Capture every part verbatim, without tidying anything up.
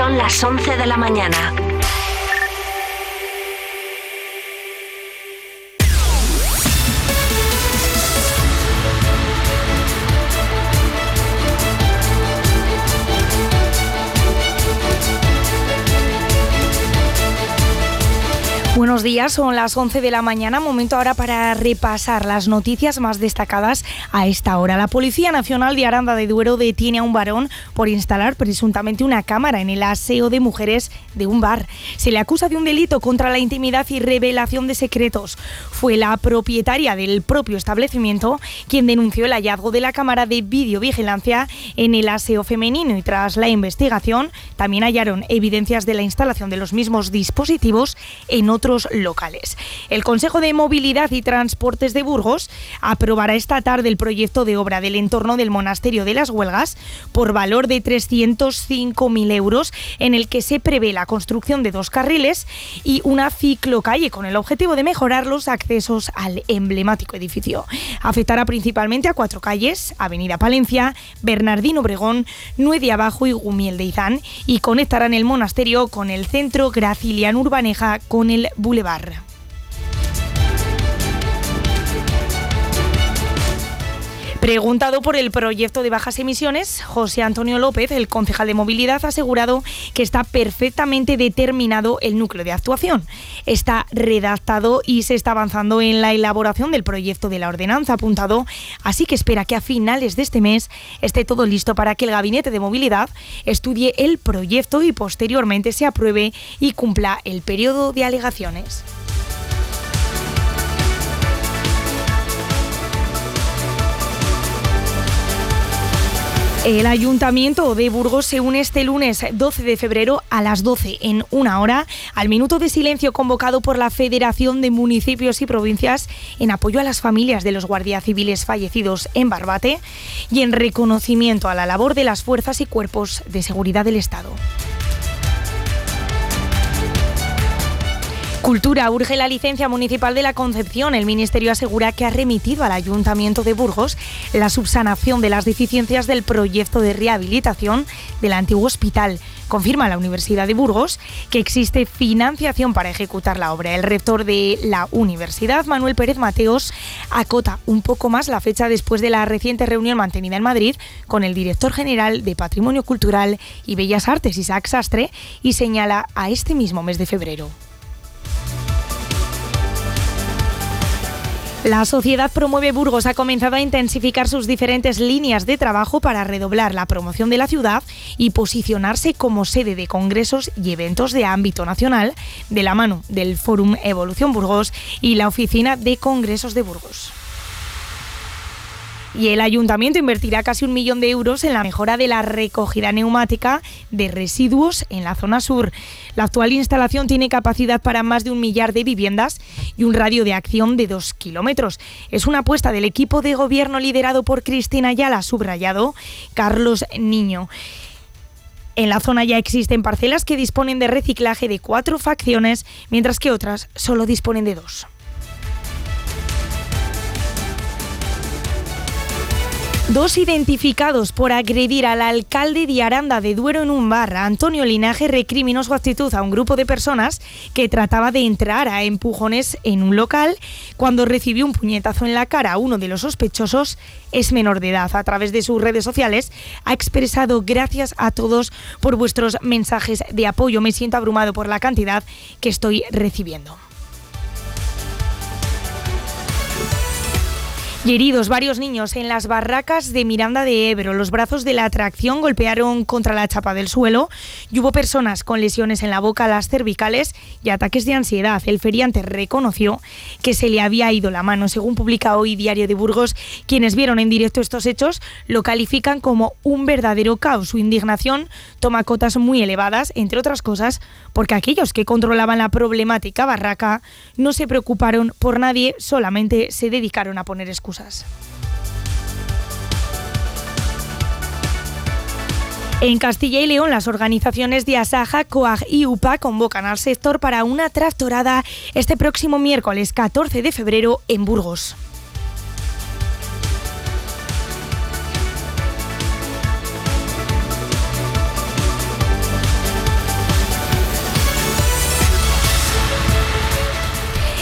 Son las once de la mañana. Buenos días, son las once de la mañana, momento ahora para repasar las noticias más destacadas a esta hora. La Policía Nacional de Aranda de Duero detiene a un varón por instalar presuntamente una cámara en el aseo de mujeres de un bar. Se le acusa de un delito contra la intimidad y revelación de secretos. Fue la propietaria del propio establecimiento quien denunció el hallazgo de la cámara de videovigilancia en el aseo femenino y tras la investigación también hallaron evidencias de la instalación de los mismos dispositivos en otros locales. El Consejo de Movilidad y Transportes de Burgos aprobará esta tarde el proyecto de obra del entorno del Monasterio de las Huelgas por valor de trescientos cinco mil euros, en el que se prevé la construcción de dos carriles y una ciclocalle con el objetivo de mejorar los accesos al emblemático edificio. Afectará principalmente a cuatro calles: Avenida Palencia, Bernardino Obregón, Nueve de Abajo y Gumiel de Izán, y conectarán el monasterio con el centro Graciliano Urbaneja con el Boulevard. Preguntado por el proyecto de bajas emisiones, José Antonio López, el concejal de Movilidad, ha asegurado que está perfectamente determinado el núcleo de actuación. Está redactado y se está avanzando en la elaboración del proyecto de la ordenanza apuntado, así que espera que a finales de este mes esté todo listo para que el Gabinete de Movilidad estudie el proyecto y posteriormente se apruebe y cumpla el periodo de alegaciones. El Ayuntamiento de Burgos se une este lunes doce de febrero a las doce en una hora al minuto de silencio convocado por la Federación de Municipios y Provincias en apoyo a las familias de los guardias civiles fallecidos en Barbate y en reconocimiento a la labor de las fuerzas y cuerpos de seguridad del Estado. Cultura urge la licencia municipal de la Concepción. El Ministerio asegura que ha remitido al Ayuntamiento de Burgos la subsanación de las deficiencias del proyecto de rehabilitación del antiguo hospital. Confirma la Universidad de Burgos que existe financiación para ejecutar la obra. El rector de la universidad, Manuel Pérez Mateos, acota un poco más la fecha después de la reciente reunión mantenida en Madrid con el director general de Patrimonio Cultural y Bellas Artes, Isaac Sastre, y señala a este mismo mes de febrero. La Sociedad Promueve Burgos ha comenzado a intensificar sus diferentes líneas de trabajo para redoblar la promoción de la ciudad y posicionarse como sede de congresos y eventos de ámbito nacional, de la mano del Fórum Evolución Burgos y la Oficina de Congresos de Burgos. Y el Ayuntamiento invertirá casi un millón de euros en la mejora de la recogida neumática de residuos en la zona sur. La actual instalación tiene capacidad para más de un millar de viviendas y un radio de acción de dos kilómetros. Es una apuesta del equipo de gobierno liderado por Cristina Ayala, subrayado Carlos Niño. En la zona ya existen parcelas que disponen de reciclaje de cuatro facciones, mientras que otras solo disponen de dos. Dos identificados por agredir al alcalde de Aranda de Duero en un bar. Antonio Linaje recriminó su actitud a un grupo de personas que trataba de entrar a empujones en un local cuando recibió un puñetazo en la cara. Uno de los sospechosos es menor de edad. A través de sus redes sociales ha expresado: gracias a todos por vuestros mensajes de apoyo. Me siento abrumado por la cantidad que estoy recibiendo. Y heridos varios niños en las barracas de Miranda de Ebro. Los brazos de la atracción golpearon contra la chapa del suelo y hubo personas con lesiones en la boca, las cervicales y ataques de ansiedad. El feriante reconoció que se le había ido la mano. Según publica hoy Diario de Burgos, quienes vieron en directo estos hechos lo califican como un verdadero caos. Su indignación toma cotas muy elevadas, entre otras cosas, porque aquellos que controlaban la problemática barraca no se preocuparon por nadie, solamente se dedicaron a poner excusas. En Castilla y León, las organizaciones de Asaja, COAG y UPA convocan al sector para una tractorada este próximo miércoles catorce de febrero en Burgos.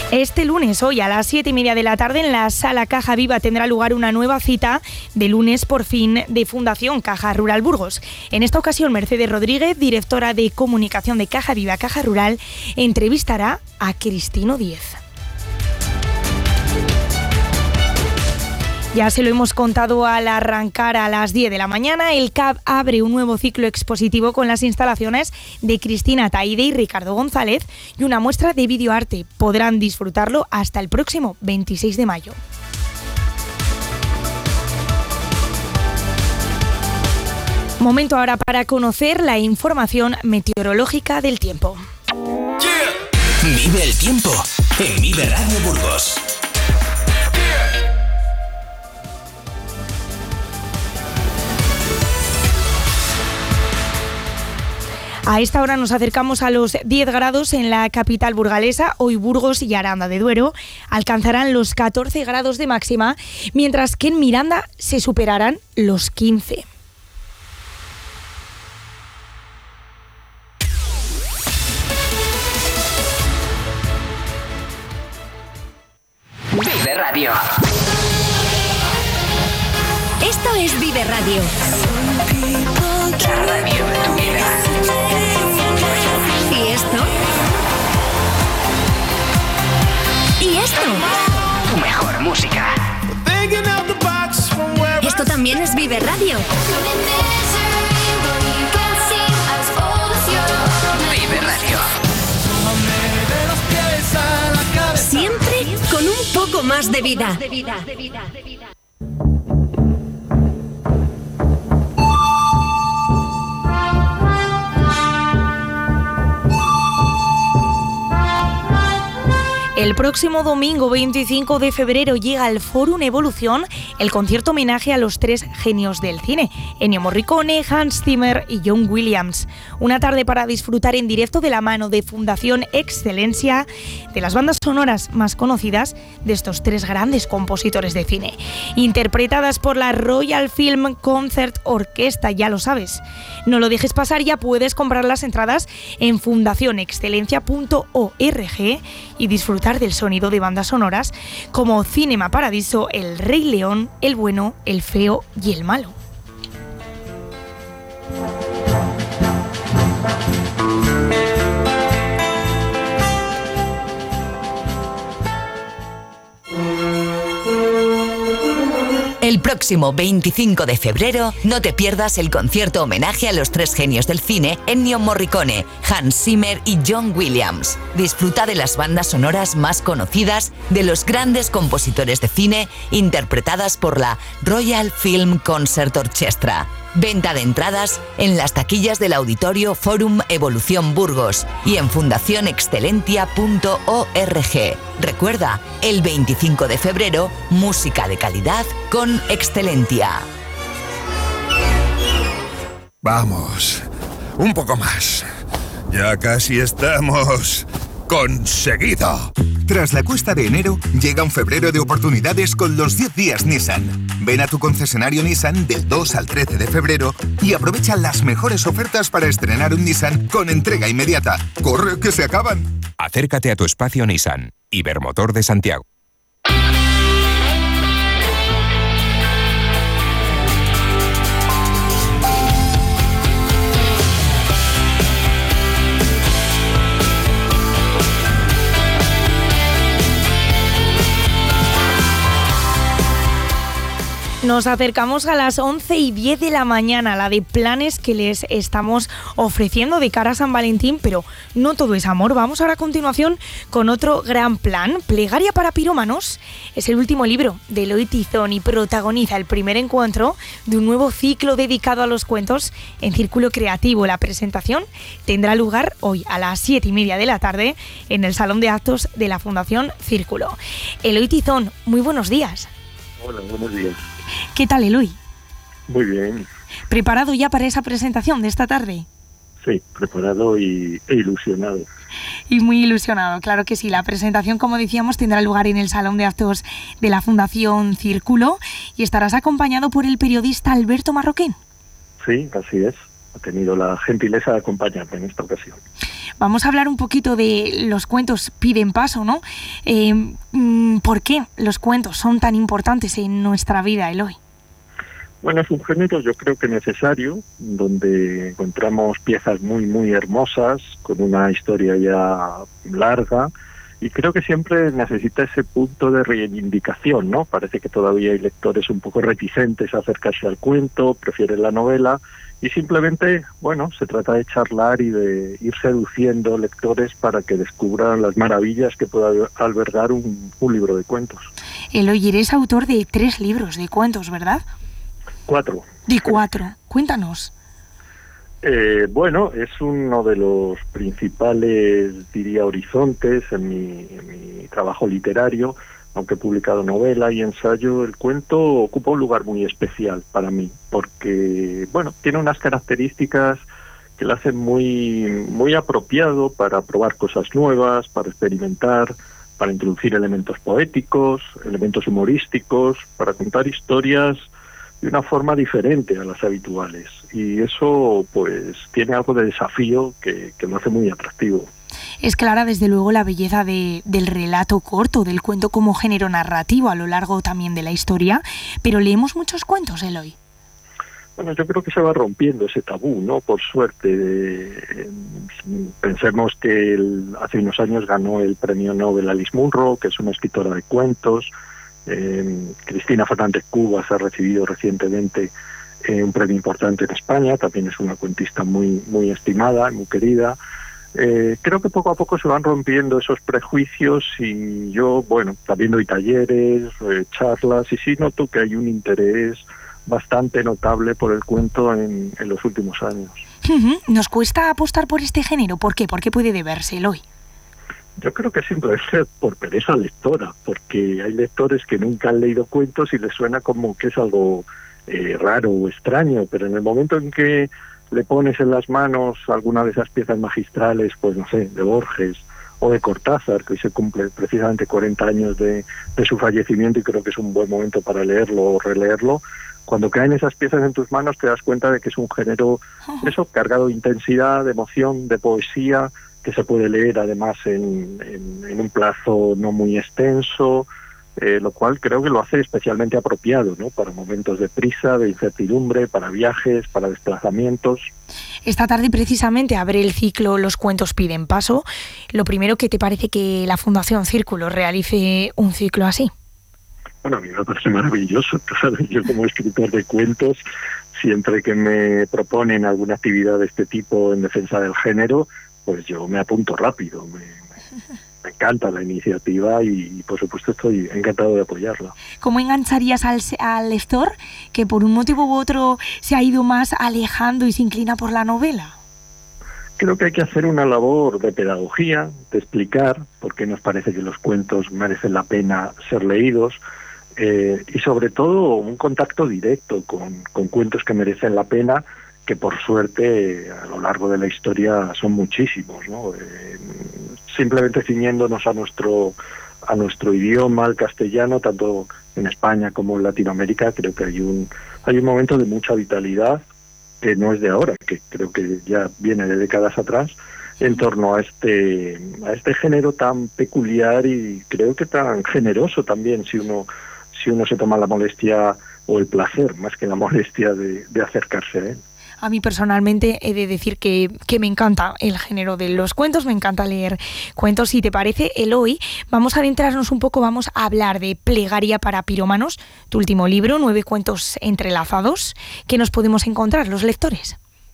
Este lunes, hoy a las siete y media de la tarde, en la Sala Caja Viva tendrá lugar una nueva cita de lunes por fin de Fundación Caja Rural Burgos. En esta ocasión, Mercedes Rodríguez, directora de comunicación de Caja Viva Caja Rural, entrevistará a Cristino Díez. Ya se lo hemos contado al arrancar a las diez de la mañana, el C A B abre un nuevo ciclo expositivo con las instalaciones de Cristina Taide y Ricardo González y una muestra de videoarte. Podrán disfrutarlo hasta el próximo veintiséis de mayo. Momento ahora para conocer la información meteorológica del tiempo. Yeah. Vive el tiempo en Vive Radio Burgos. A esta hora nos acercamos a los diez grados en la capital burgalesa. Hoy Burgos y Aranda de Duero alcanzarán los catorce grados de máxima, mientras que en Miranda se superarán los quince. Vive Radio. Esto es Vive Radio. La radio de tu vida. ¿Y esto? ¿Y esto? Tu mejor música. Esto también es Vive Radio. Vive Radio. Siempre con un poco más de vida. El próximo domingo veinticinco de febrero llega al Fórum Evolución el concierto homenaje a los tres genios del cine, Ennio Morricone, Hans Zimmer y John Williams. Una tarde para disfrutar en directo de la mano de Fundación Excelencia de las bandas sonoras más conocidas de estos tres grandes compositores de cine, interpretadas por la Royal Film Concert Orchestra, ya lo sabes. No lo dejes pasar, ya puedes comprar las entradas en fundación excelencia punto org y disfrutar del sonido de bandas sonoras como Cinema Paradiso, El Rey León, El Bueno, El Feo y El Malo. El próximo veinticinco de febrero no te pierdas el concierto homenaje a los tres genios del cine, Ennio Morricone, Hans Zimmer y John Williams. Disfruta de las bandas sonoras más conocidas de los grandes compositores de cine interpretadas por la Royal Film Concert Orchestra. Venta de entradas en las taquillas del Auditorio Fórum Evolución Burgos y en fundación excelencia punto org. Recuerda, el veinticinco de febrero, música de calidad con Excelencia. Vamos, un poco más. Ya casi estamos... ¡conseguido! Tras la cuesta de enero, llega un febrero de oportunidades con los diez días Nissan. Ven a tu concesionario Nissan del dos al trece de febrero y aprovecha las mejores ofertas para estrenar un Nissan con entrega inmediata. ¡Corre, que se acaban! Acércate a tu espacio Nissan, Ibermotor de Santiago. Nos acercamos a las once y diez de la mañana, la de planes que les estamos ofreciendo de cara a San Valentín, pero no todo es amor. Vamos ahora a continuación con otro gran plan, Plegaria para Pirómanos. Es el último libro de Eloy Tizón y protagoniza el primer encuentro de un nuevo ciclo dedicado a los cuentos en Círculo Creativo. La presentación tendrá lugar hoy a las siete y media de la tarde en el Salón de Actos de la Fundación Círculo. Eloy Tizón, muy buenos días. Hola, buenos días. ¿Qué tal, Eloy? Muy bien. ¿Preparado ya para esa presentación de esta tarde? Sí, preparado y, e ilusionado. Y muy ilusionado, claro que sí. La presentación, como decíamos, tendrá lugar en el Salón de Actos de la Fundación Círculo y estarás acompañado por el periodista Alberto Marroquín. Sí, así es. Ha tenido la gentileza de acompañarme en esta ocasión. vamos a hablar un poquito de los cuentos piden paso, ¿no? Eh, ¿Por qué los cuentos son tan importantes en nuestra vida, Eloy? Bueno, es un género yo creo que necesario, donde encontramos piezas muy, muy hermosas, con una historia ya larga, y creo que siempre necesita ese punto de reivindicación, ¿no? Parece que todavía hay lectores un poco reticentes a acercarse al cuento, prefieren la novela, y simplemente, bueno, se trata de charlar y de ir seduciendo lectores para que descubran las maravillas que puede albergar un, un libro de cuentos. Eloy, eres autor de tres libros de cuentos, ¿verdad? Cuatro. De cuatro. Cuéntanos. Eh, bueno, es uno de los principales, diría, horizontes en mi, en mi trabajo literario. Aunque he publicado novela y ensayo, el cuento ocupa un lugar muy especial para mí, porque, bueno, tiene unas características que lo hacen muy, muy apropiado para probar cosas nuevas, para experimentar, para introducir elementos poéticos, elementos humorísticos, para contar historias de una forma diferente a las habituales. Y eso, pues, tiene algo de desafío que, que lo hace muy atractivo. Es clara, desde luego, la belleza de, del relato corto, del cuento como género narrativo a lo largo también de la historia, pero leemos muchos cuentos, Eloy. Bueno, yo creo que se va rompiendo ese tabú, ¿no? Por suerte. Eh, pensemos que el, hace unos años ganó el premio Nobel Alice Munro, que es una escritora de cuentos. Eh, Cristina Fernández Cubas ha recibido recientemente eh, un premio importante en España, también es una cuentista muy, muy estimada, muy querida. Eh, creo que poco a poco se van rompiendo esos prejuicios y yo, bueno, también doy talleres, eh, charlas, y sí noto que hay un interés bastante notable por el cuento en, en los últimos años. Uh-huh. ¿Nos cuesta apostar por este género? ¿Por qué? ¿Por qué puede deberse, Eloy? Yo creo que simplemente por pereza lectora, porque hay lectores que nunca han leído cuentos y les suena como que es algo eh, raro o extraño, pero en el momento en que le pones en las manos alguna de esas piezas magistrales, pues no sé, de Borges o de Cortázar, que hoy se cumple precisamente cuarenta años de, de su fallecimiento y creo que es un buen momento para leerlo o releerlo, cuando caen esas piezas en tus manos te das cuenta de que es un género, eso, cargado de intensidad, de emoción, de poesía, que se puede leer además en, en, en un plazo no muy extenso, eh, lo cual creo que lo hace especialmente apropiado, ¿no? Para momentos de prisa, de incertidumbre, para viajes, para desplazamientos. Esta tarde precisamente abre el ciclo Los cuentos piden paso. Lo primero, ¿qué te parece que la Fundación Círculo realice un ciclo así? Bueno, a mí me parece maravilloso. ¿Sabes? Yo como escritor de cuentos, siempre que me proponen alguna actividad de este tipo en defensa del género, pues yo me apunto rápido. Me, me, me encanta la iniciativa y, por supuesto, estoy encantado de apoyarla. ¿Cómo engancharías al, al lector que por un motivo u otro se ha ido más alejando y se inclina por la novela? Creo que hay que hacer una labor de pedagogía, de explicar por qué nos parece que los cuentos merecen la pena ser leídos, eh, y sobre todo un contacto directo con, con cuentos que merecen la pena, que por suerte a lo largo de la historia son muchísimos, ¿no? Eh, simplemente ciñéndonos a nuestro a nuestro idioma, al castellano, tanto en España como en Latinoamérica, creo que hay un hay un momento de mucha vitalidad que no es de ahora, que creo que ya viene de décadas atrás, en torno a este a este género tan peculiar y creo que tan generoso también, si uno si uno se toma la molestia o el placer, más que la molestia de, de acercarse a él. A mí personalmente he de decir que, que me encanta el género de los cuentos, me encanta leer cuentos. Si te parece, Eloy, vamos a adentrarnos un poco, vamos a hablar de Plegaria para pirómanos, tu último libro, nueve cuentos entrelazados, que nos podemos encontrar los lectores.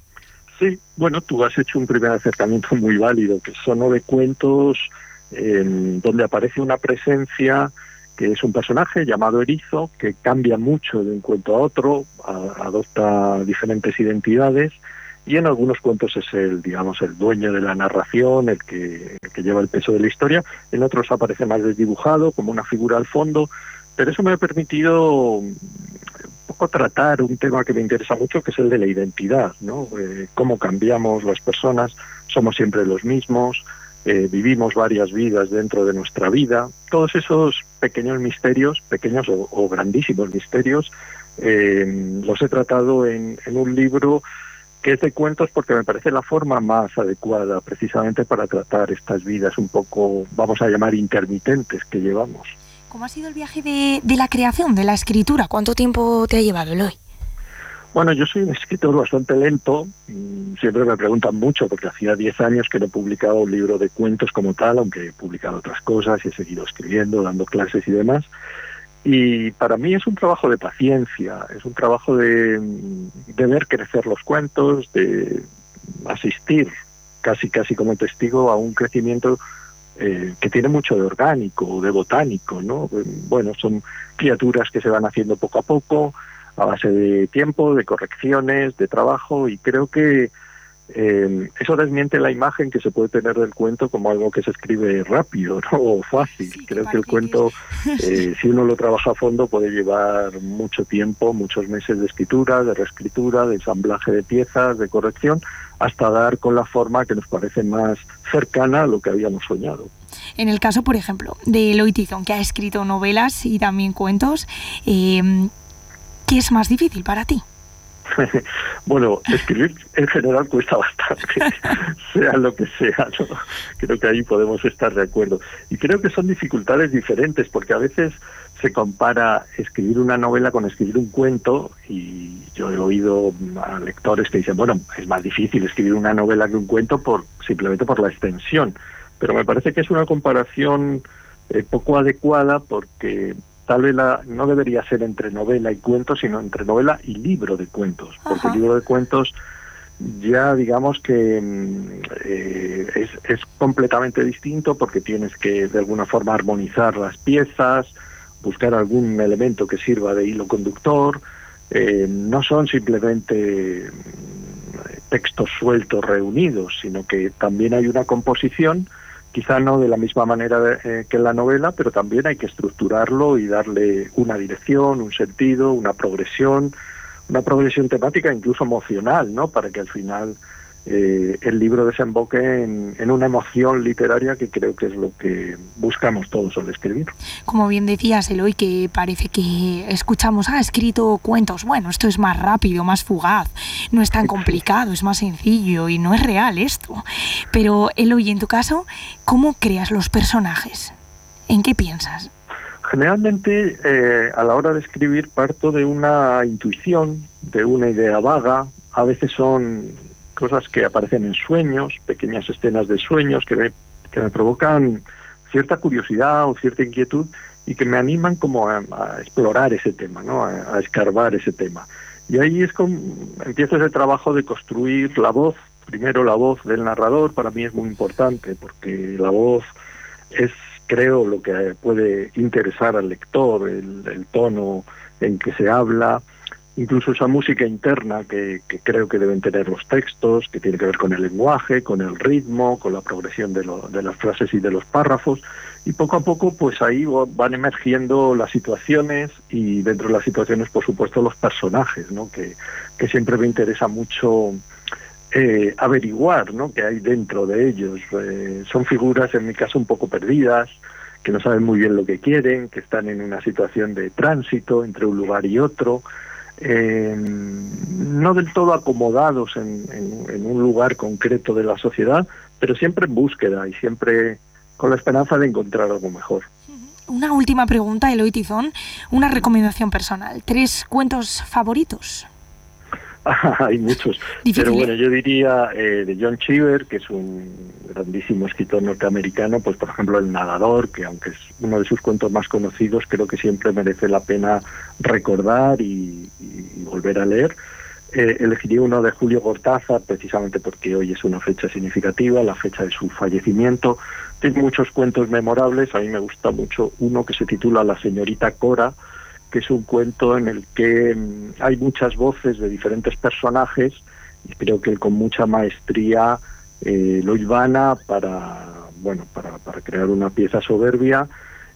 Sí, bueno, tú has hecho un primer acercamiento muy válido, que son nueve cuentos eh, donde aparece una presencia que es un personaje llamado Erizo, que cambia mucho de un cuento a otro, a, adopta diferentes identidades, y en algunos cuentos es el, digamos, el dueño de la narración, el que, el que lleva el peso de la historia, en otros aparece más desdibujado, como una figura al fondo, pero eso me ha permitido un poco tratar un tema que me interesa mucho, que es el de la identidad, ¿no? Eh, cómo cambiamos las personas, somos siempre los mismos, Eh, vivimos varias vidas dentro de nuestra vida. Todos esos pequeños misterios, pequeños o, o grandísimos misterios, eh, los he tratado en, en un libro que es de cuentos porque me parece la forma más adecuada precisamente para tratar estas vidas un poco, vamos a llamar, intermitentes que llevamos. ¿Cómo ha sido el viaje de, de la creación, de la escritura? ¿Cuánto tiempo te ha llevado, Eloy? Bueno, yo soy un escritor bastante lento, siempre me preguntan mucho porque hacía diez años que no publicaba un libro de cuentos como tal, aunque he publicado otras cosas y he seguido escribiendo, dando clases y demás. Y para mí es un trabajo de paciencia, es un trabajo de, de ver crecer los cuentos, de asistir casi casi como testigo a un crecimiento eh, que tiene mucho de orgánico, de botánico, ¿no? Bueno, son criaturas que se van haciendo poco a poco, a base de tiempo, de correcciones, de trabajo, y creo que eh, eso desmiente la imagen que se puede tener del cuento como algo que se escribe rápido, ¿no? O fácil. Sí, creo que el cuento, eh, si uno lo trabaja a fondo, puede llevar mucho tiempo, muchos meses de escritura, de reescritura, de ensamblaje de piezas, de corrección, hasta dar con la forma que nos parece más cercana a lo que habíamos soñado. En el caso, por ejemplo, de Eloy Tizón, que ha escrito novelas y también cuentos, eh, ¿qué es más difícil para ti? Bueno, escribir en general cuesta bastante, sea lo que sea, ¿no? Creo que ahí podemos estar de acuerdo. Y creo que son dificultades diferentes, porque a veces se compara escribir una novela con escribir un cuento, y yo he oído a lectores que dicen, bueno, es más difícil escribir una novela que un cuento por simplemente por la extensión. Pero me parece que es una comparación eh, poco adecuada, porque tal vez la, no debería ser entre novela y cuentos, sino entre novela y libro de cuentos. Porque el libro de cuentos ya digamos que eh, es, es completamente distinto, porque tienes que de alguna forma armonizar las piezas, buscar algún elemento que sirva de hilo conductor. Eh, no son simplemente textos sueltos reunidos, sino que también hay una composición, quizá no de la misma manera de, eh, que en la novela, pero también hay que estructurarlo y darle una dirección, un sentido, una progresión, una progresión temática, incluso emocional, ¿no? Para que al final eh, el libro desemboque en, en una emoción literaria, que creo que es lo que buscamos todos al escribir. Como bien decías, Eloy, que parece que escuchamos, ha escrito cuentos. Bueno, esto es más rápido, más fugaz, no es tan complicado, es más sencillo y no es real esto. Pero, Eloy, en tu caso, ¿cómo creas los personajes? ¿En qué piensas? Generalmente, eh, a la hora de escribir, parto de una intuición, de una idea vaga. A veces son cosas que aparecen en sueños, pequeñas escenas de sueños que me, que me provocan cierta curiosidad o cierta inquietud y que me animan como a, a explorar ese tema, ¿no? A, a escarbar ese tema. Y ahí es como empieza ese trabajo de construir la voz. Primero la voz del narrador para mí es muy importante, porque la voz es, creo, lo que puede interesar al lector, el, el tono en que se habla, incluso esa música interna que, que creo que deben tener los textos, que tiene que ver con el lenguaje, con el ritmo, con la progresión de, lo, de las frases y de los párrafos, y poco a poco pues ahí van emergiendo las situaciones, y dentro de las situaciones por supuesto los personajes, ¿no? que, que siempre me interesa mucho eh, averiguar, ¿no? qué hay dentro de ellos. Eh, son figuras en mi caso un poco perdidas, que no saben muy bien lo que quieren, que están en una situación de tránsito entre un lugar y otro, Eh, no del todo acomodados en, en, en un lugar concreto de la sociedad, pero siempre en búsqueda y siempre con la esperanza de encontrar algo mejor. Una última pregunta, Eloy Tizón, una recomendación personal. ¿Tres cuentos favoritos? Hay muchos, Difícil, pero bueno, yo diría eh, de John Cheever, que es un grandísimo escritor norteamericano, pues por ejemplo El nadador, que aunque es uno de sus cuentos más conocidos, creo que siempre merece la pena recordar y, y volver a leer. Eh, elegiría uno de Julio Cortázar, precisamente porque hoy es una fecha significativa, la fecha de su fallecimiento. Tiene muchos cuentos memorables, a mí me gusta mucho uno que se titula La señorita Cora, que es un cuento en el que mmm, hay muchas voces de diferentes personajes, y creo que él con mucha maestría eh, lo hilvana para, bueno, para, para crear una pieza soberbia.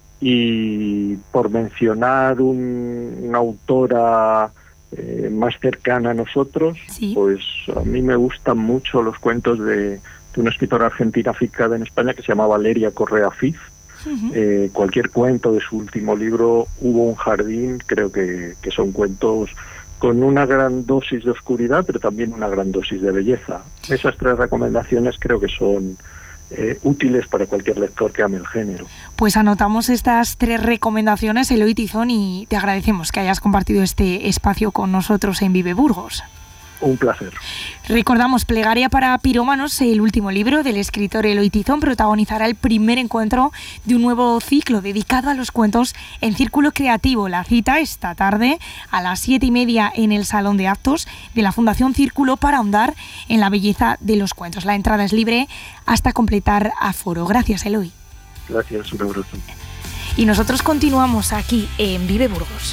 Y por mencionar un, una autora eh, más cercana a nosotros, ¿sí? Pues a mí me gustan mucho los cuentos de, de una escritora argentina aficada en España que se llama Valeria Correa Fiz. Uh-huh. Eh, cualquier cuento de su último libro, Hubo un jardín, creo que, que son cuentos con una gran dosis de oscuridad, pero también una gran dosis de belleza. Esas tres recomendaciones creo que son eh, útiles para cualquier lector que ame el género. Pues anotamos estas tres recomendaciones, Eloy Tizón, y te agradecemos que hayas compartido este espacio con nosotros en Vive Burgos. Un placer. Recordamos, Plegaria para pirómanos, el último libro del escritor Eloy Tizón, protagonizará el primer encuentro de un nuevo ciclo dedicado a los cuentos en Círculo Creativo. La cita esta tarde a las siete y media en el Salón de Actos de la Fundación Círculo para ahondar en la belleza de los cuentos. La entrada es libre hasta completar aforo. Gracias, Eloy. Gracias, un abrazo. Y nosotros continuamos aquí en Vive Burgos.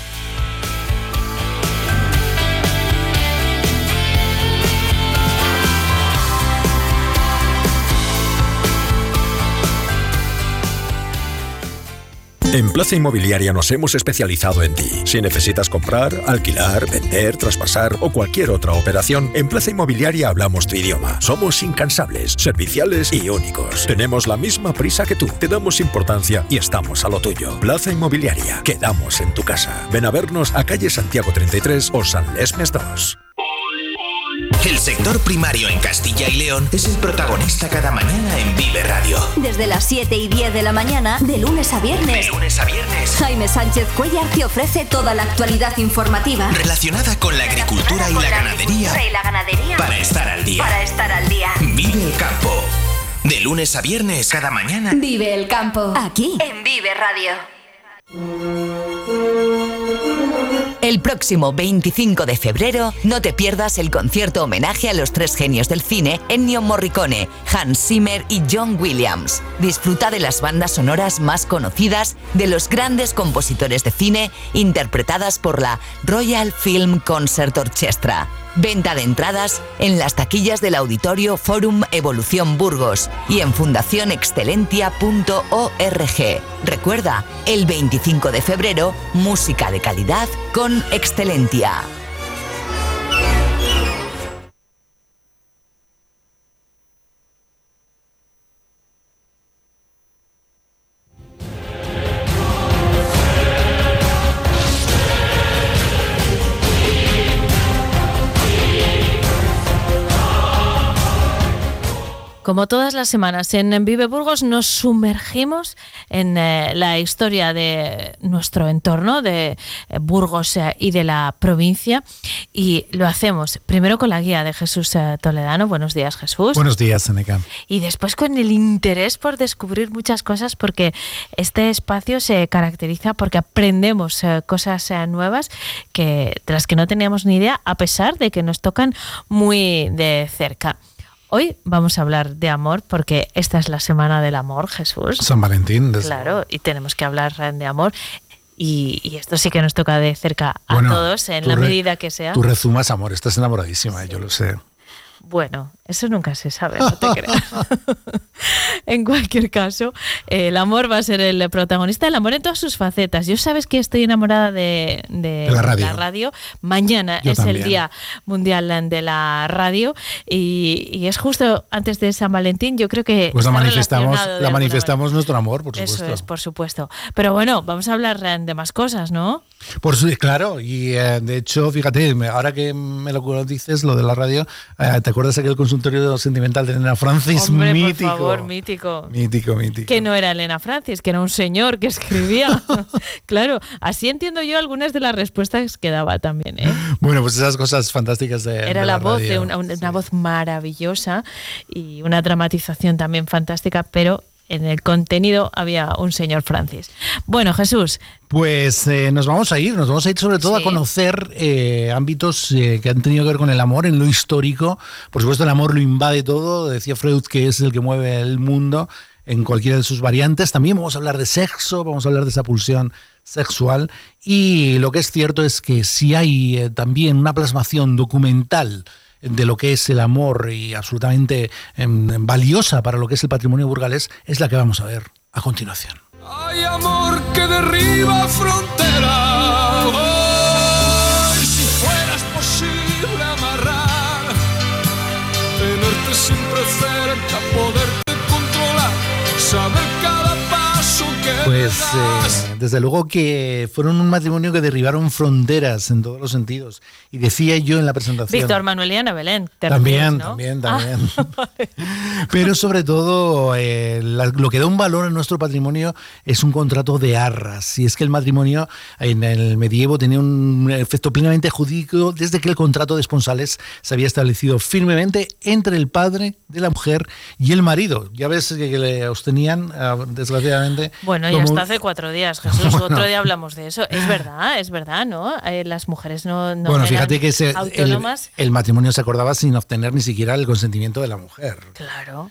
En Plaza Inmobiliaria nos hemos especializado en ti. Si necesitas comprar, alquilar, vender, traspasar o cualquier otra operación, en Plaza Inmobiliaria hablamos tu idioma. Somos incansables, serviciales y únicos. Tenemos la misma prisa que tú, te damos importancia y estamos a lo tuyo. Plaza Inmobiliaria, quedamos en tu casa. Ven a vernos a calle Santiago treinta y tres o San Lesmes dos. El sector primario en Castilla y León es el protagonista cada mañana en Vive Radio. Desde las siete y diez de la mañana, de lunes a viernes. De lunes a viernes. Jaime Sánchez Cuellar te ofrece toda la actualidad informativa relacionada con la agricultura, y, la la ganadería, agricultura y la ganadería. Para estar al día. Para estar al día. Vive el campo. De lunes a viernes, cada mañana. Vive el campo. Aquí, en Vive Radio. El próximo veinticinco de febrero no te pierdas el concierto homenaje a los tres genios del cine, Ennio Morricone, Hans Zimmer y John Williams. Disfruta de las bandas sonoras más conocidas de los grandes compositores de cine interpretadas por la Royal Film Concert Orchestra. Venta de entradas en las taquillas del Auditorio Fórum Evolución Burgos y en fundación excelentia punto org. Recuerda, el veinticinco de febrero, música de calidad con Excelentia. Como todas las semanas en Vive Burgos nos sumergimos en eh, la historia de nuestro entorno, de eh, Burgos eh, y de la provincia, y lo hacemos primero con la guía de Jesús eh, Toledano. Buenos días, Jesús. Buenos días, Seneca. Y después con el interés por descubrir muchas cosas, porque este espacio se caracteriza porque aprendemos eh, cosas eh, nuevas que, de las que no teníamos ni idea, a pesar de que nos tocan muy de cerca. Hoy vamos a hablar de amor porque esta es la semana del amor, Jesús. San Valentín. Desde claro, y tenemos que hablar de amor. Y, y esto sí que nos toca de cerca a bueno, todos, en la re, medida que sea. Tú rezumas amor, estás enamoradísima, sí. Yo lo sé. Bueno, eso nunca se sabe, no te creas. En cualquier caso, el amor va a ser el protagonista, el amor en todas sus facetas. Yo sabes que estoy enamorada de, de, de la, radio. la radio. Mañana Yo es también. el Día Mundial de la Radio y, y es justo antes de San Valentín. Yo creo que pues la manifestamos, la manifestamos nuestro amor, por supuesto. Eso es, por supuesto. Pero bueno, vamos a hablar de más cosas, ¿no? Por su, claro, y eh, de hecho, fíjate, ahora que me lo dices, lo de la radio, eh, ¿te acuerdas aquel consultorio sentimental de Elena Francis? Hombre, mítico. Por favor, mítico. Mítico, mítico. Que no era Elena Francis, que era un señor que escribía. Claro, así entiendo yo algunas de las respuestas que daba también, ¿eh? Bueno, pues esas cosas fantásticas de Era de la, la voz radio. de una, una sí. voz maravillosa y una dramatización también fantástica, pero en el contenido había un señor Francis. Bueno, Jesús. Pues eh, nos vamos a ir, nos vamos a ir sobre todo sí. a conocer eh, ámbitos eh, que han tenido que ver con el amor en lo histórico. Por supuesto, el amor lo invade todo, decía Freud que es el que mueve el mundo en cualquiera de sus variantes. También vamos a hablar de sexo, vamos a hablar de esa pulsión sexual, y lo que es cierto es que si hay eh, también una plasmación documental de lo que es el amor y absolutamente eh, valiosa para lo que es el patrimonio burgalés, es la que vamos a ver a continuación. Hay amor que derriba fronteras. Oh, si fueras posible amarrar, tenerte siempre cerca, poderte controlar, saber cada paso que... Pues pues eh, desde luego que fueron un matrimonio que derribaron fronteras en todos los sentidos. Y decía yo en la presentación... Víctor Manuel y Ana Belén. También, refieres, ¿no? también, también. Ah, pero sobre todo, eh, la, lo que da un valor a nuestro patrimonio es un contrato de arras. Y es que el matrimonio en el medievo tenía un efecto plenamente jurídico desde que el contrato de esponsales se había establecido firmemente entre el padre de la mujer y el marido. Ya ves que, que le sostenían, desgraciadamente... Bueno, como... ya hasta hace cuatro días, Jesús. Bueno. Otro día hablamos de eso. Es verdad, es verdad, ¿no? Eh, las mujeres no, no bueno, eran fíjate que ese, autónomas. El, el matrimonio se acordaba sin obtener ni siquiera el consentimiento de la mujer. Claro.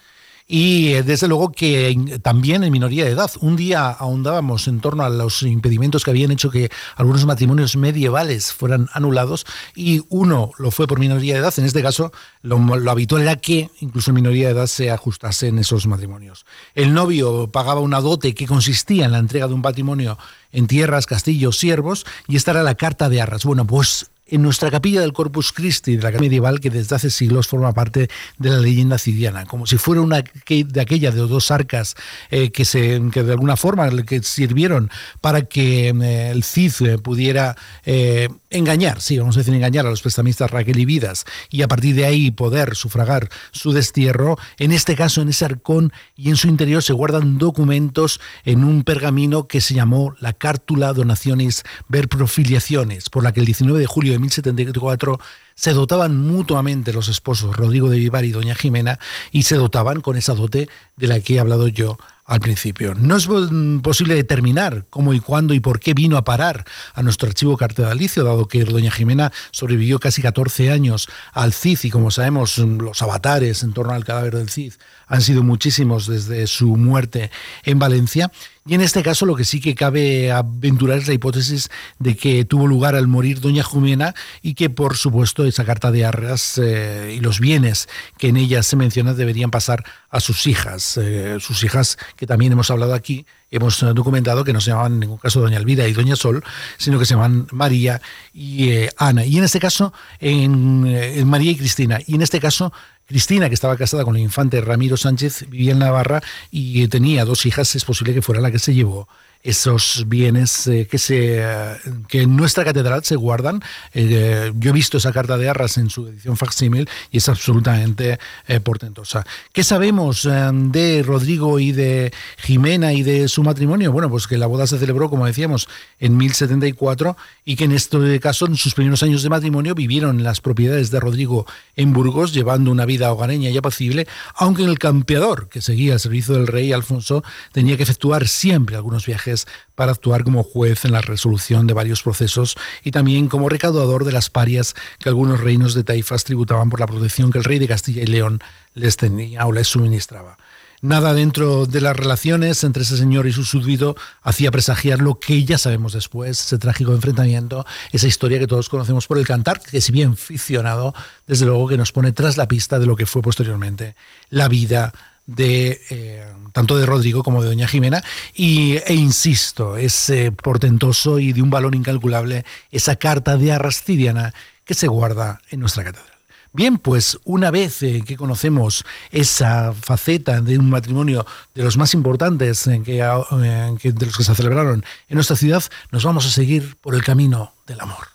Y desde luego que también en minoría de edad. Un día ahondábamos en torno a los impedimentos que habían hecho que algunos matrimonios medievales fueran anulados, y uno lo fue por minoría de edad. En este caso lo, lo habitual era que incluso en minoría de edad se ajustasen esos matrimonios. El novio pagaba una dote que consistía en la entrega de un patrimonio en tierras, castillos, siervos, y esta era la carta de arras. Bueno, pues en nuestra capilla del Corpus Christi de la capilla medieval, que desde hace siglos forma parte de la leyenda cidiana, como si fuera una de aquella de dos arcas eh, que, se, que de alguna forma que sirvieron para que eh, el Cid eh, pudiera eh, engañar, sí, vamos a decir engañar a los prestamistas Raquel y Vidas, y a partir de ahí poder sufragar su destierro. En este caso, en ese arcón y en su interior se guardan documentos en un pergamino que se llamó la Cártula Donationis ver Profiliaciones, por la que el diecinueve de julio de mil setenta y cuatro se dotaban mutuamente los esposos Rodrigo de Vivar y doña Jimena, y se dotaban con esa dote de la que he hablado yo al principio. No es posible determinar cómo y cuándo y por qué vino a parar a nuestro archivo cartedalicio, dado que doña Jimena sobrevivió casi catorce años al Cid, y como sabemos los avatares en torno al cadáver del Cid han sido muchísimos desde su muerte en Valencia. Y en este caso lo que sí que cabe aventurar es la hipótesis de que tuvo lugar al morir doña Jimena, y que por supuesto esa carta de arras eh, y los bienes que en ella se mencionan deberían pasar a sus hijas, eh, sus hijas que también hemos hablado aquí. Hemos documentado que no se llamaban en ningún caso doña Elvira y doña Sol, sino que se llaman María y eh, Ana. Y en este caso, en, en María y Cristina. Y en este caso, Cristina, que estaba casada con el infante Ramiro Sánchez, vivía en Navarra y eh, tenía dos hijas. Es posible que fuera la que se llevó esos bienes eh, que, se, eh, que en nuestra catedral se guardan. Eh, yo he visto esa carta de arras en su edición facsímil y es absolutamente eh, portentosa. ¿Qué sabemos eh, de Rodrigo y de Jimena y de su matrimonio? Bueno, pues que la boda se celebró, como decíamos, en mil setenta y cuatro, y que en este caso, en sus primeros años de matrimonio, vivieron en las propiedades de Rodrigo en Burgos, llevando una vida hogareña y apacible, aunque el campeador, que seguía al servicio del rey Alfonso, tenía que efectuar siempre algunos viajes para actuar como juez en la resolución de varios procesos y también como recaudador de las parias que algunos reinos de taifas tributaban por la protección que el rey de Castilla y León les tenía o les suministraba. Nada dentro de las relaciones entre ese señor y su súbdito hacía presagiar lo que ya sabemos después, ese trágico enfrentamiento, esa historia que todos conocemos por el cantar, que si bien ficcionado, desde luego que nos pone tras la pista de lo que fue posteriormente la vida de eh, tanto de Rodrigo como de doña Jimena, y, e insisto, es eh, portentoso y de un valor incalculable esa carta de arras cidiana que se guarda en nuestra catedral. Bien, pues una vez eh, que conocemos esa faceta de un matrimonio de los más importantes en que, en que, de los que se celebraron en nuestra ciudad, nos vamos a seguir por el camino del amor.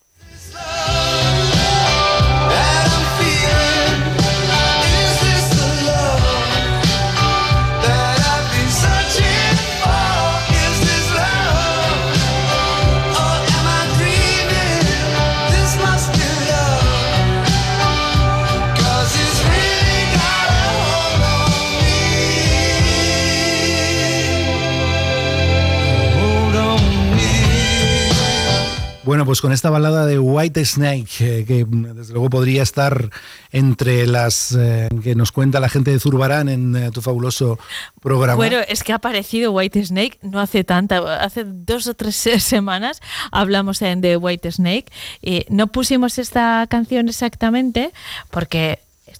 Bueno, pues con esta balada de White Snake, eh, que desde luego podría estar entre las eh, que nos cuenta la gente de Zurbarán en eh, tu fabuloso programa. Bueno, es que ha aparecido White Snake no hace tanta, hace dos o tres semanas hablamos eh, de White Snake. Y no pusimos esta canción exactamente porque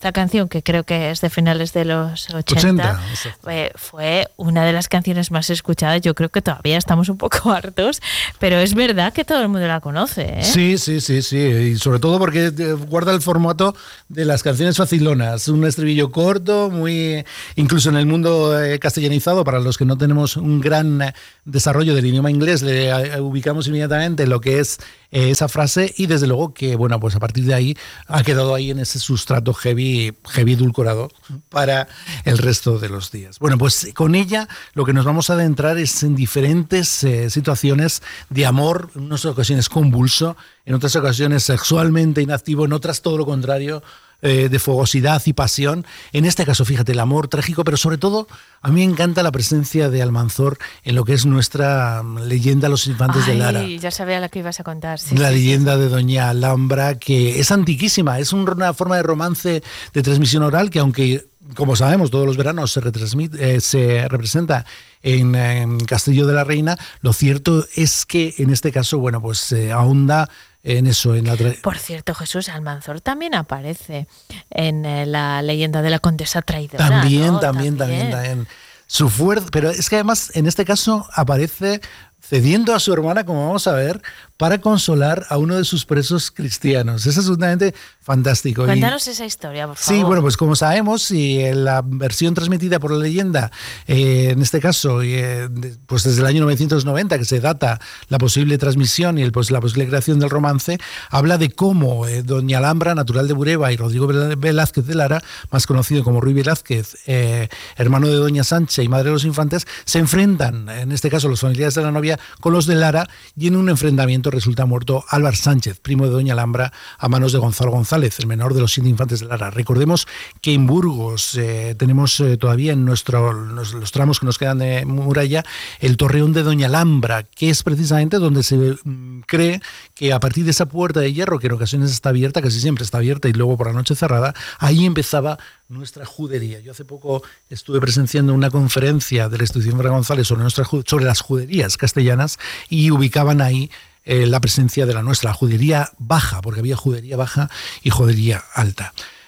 esta canción, que creo que es de finales de los ochenta, eh, fue una de las canciones más escuchadas. Yo creo que todavía estamos un poco hartos, pero es verdad que todo el mundo la conoce, ¿eh? Sí, sí, sí, sí, y sobre todo porque guarda el formato de las canciones facilonas, un estribillo corto, muy incluso en el mundo eh, castellanizado, para los que no tenemos un gran desarrollo del idioma inglés, le eh, ubicamos inmediatamente lo que es eh, esa frase, y desde luego que, bueno, pues a partir de ahí ha quedado ahí en ese sustrato heavy, heavy edulcorado para el resto de los días. Bueno, pues con ella lo que nos vamos a adentrar es en diferentes eh, situaciones de amor, en unas ocasiones convulso, en otras ocasiones sexualmente inactivo, en otras todo lo contrario, eh, de fogosidad y pasión. En este caso, fíjate, el amor trágico, pero sobre todo a mí me encanta la presencia de Almanzor en lo que es nuestra leyenda Los Infantes Ay, de Lara. ya sabía la que ibas a contar. Sí, la sí, leyenda sí, sí. de Doña Alhambra, que es antiquísima, es una forma de romance de transmisión oral que, aunque, como sabemos, todos los veranos se, retransmite, eh, se representa en, en Castillo de la Reina, lo cierto es que en este caso, bueno, pues se eh, ahonda en eso, en la tra- Por cierto, Jesús, Almanzor también aparece en eh, la leyenda de la condesa traidora. También, ¿no? también, también, también. Su fuerza, pero es que además en este caso aparece cediendo a su hermana, como vamos a ver, para consolar a uno de sus presos cristianos. Es absolutamente fantástico. Cuéntanos y, esa historia, por favor. Sí, bueno, pues como sabemos, y en la versión transmitida por la leyenda, eh, en este caso, eh, pues desde el año novecientos noventa, que se data la posible transmisión y el, pues, la posible creación del romance, habla de cómo eh, Doña Alhambra, natural de Bureba, y Rodrigo Velázquez de Lara, más conocido como Ruy Velázquez, eh, hermano de Doña Sancha y madre de los infantes, se enfrentan, en este caso los familiares de la novia, con los de Lara, y en un enfrentamiento resulta muerto Álvar Sánchez, primo de Doña Alhambra, a manos de Gonzalo González, el menor de los siete infantes de Lara. Recordemos que en Burgos eh, tenemos eh, todavía en nuestro, los, los tramos que nos quedan de muralla el torreón de Doña Alhambra, que es precisamente donde se mm, cree que a partir de esa puerta de hierro, que en ocasiones está abierta, casi siempre está abierta y luego por la noche cerrada, ahí empezaba nuestra judería. Yo hace poco estuve presenciando una conferencia de la institución Fra González sobre, nuestra, sobre las juderías castellanas, y ubicaban ahí eh, la presencia de la nuestra, la judería baja, porque había judería baja y judería alta.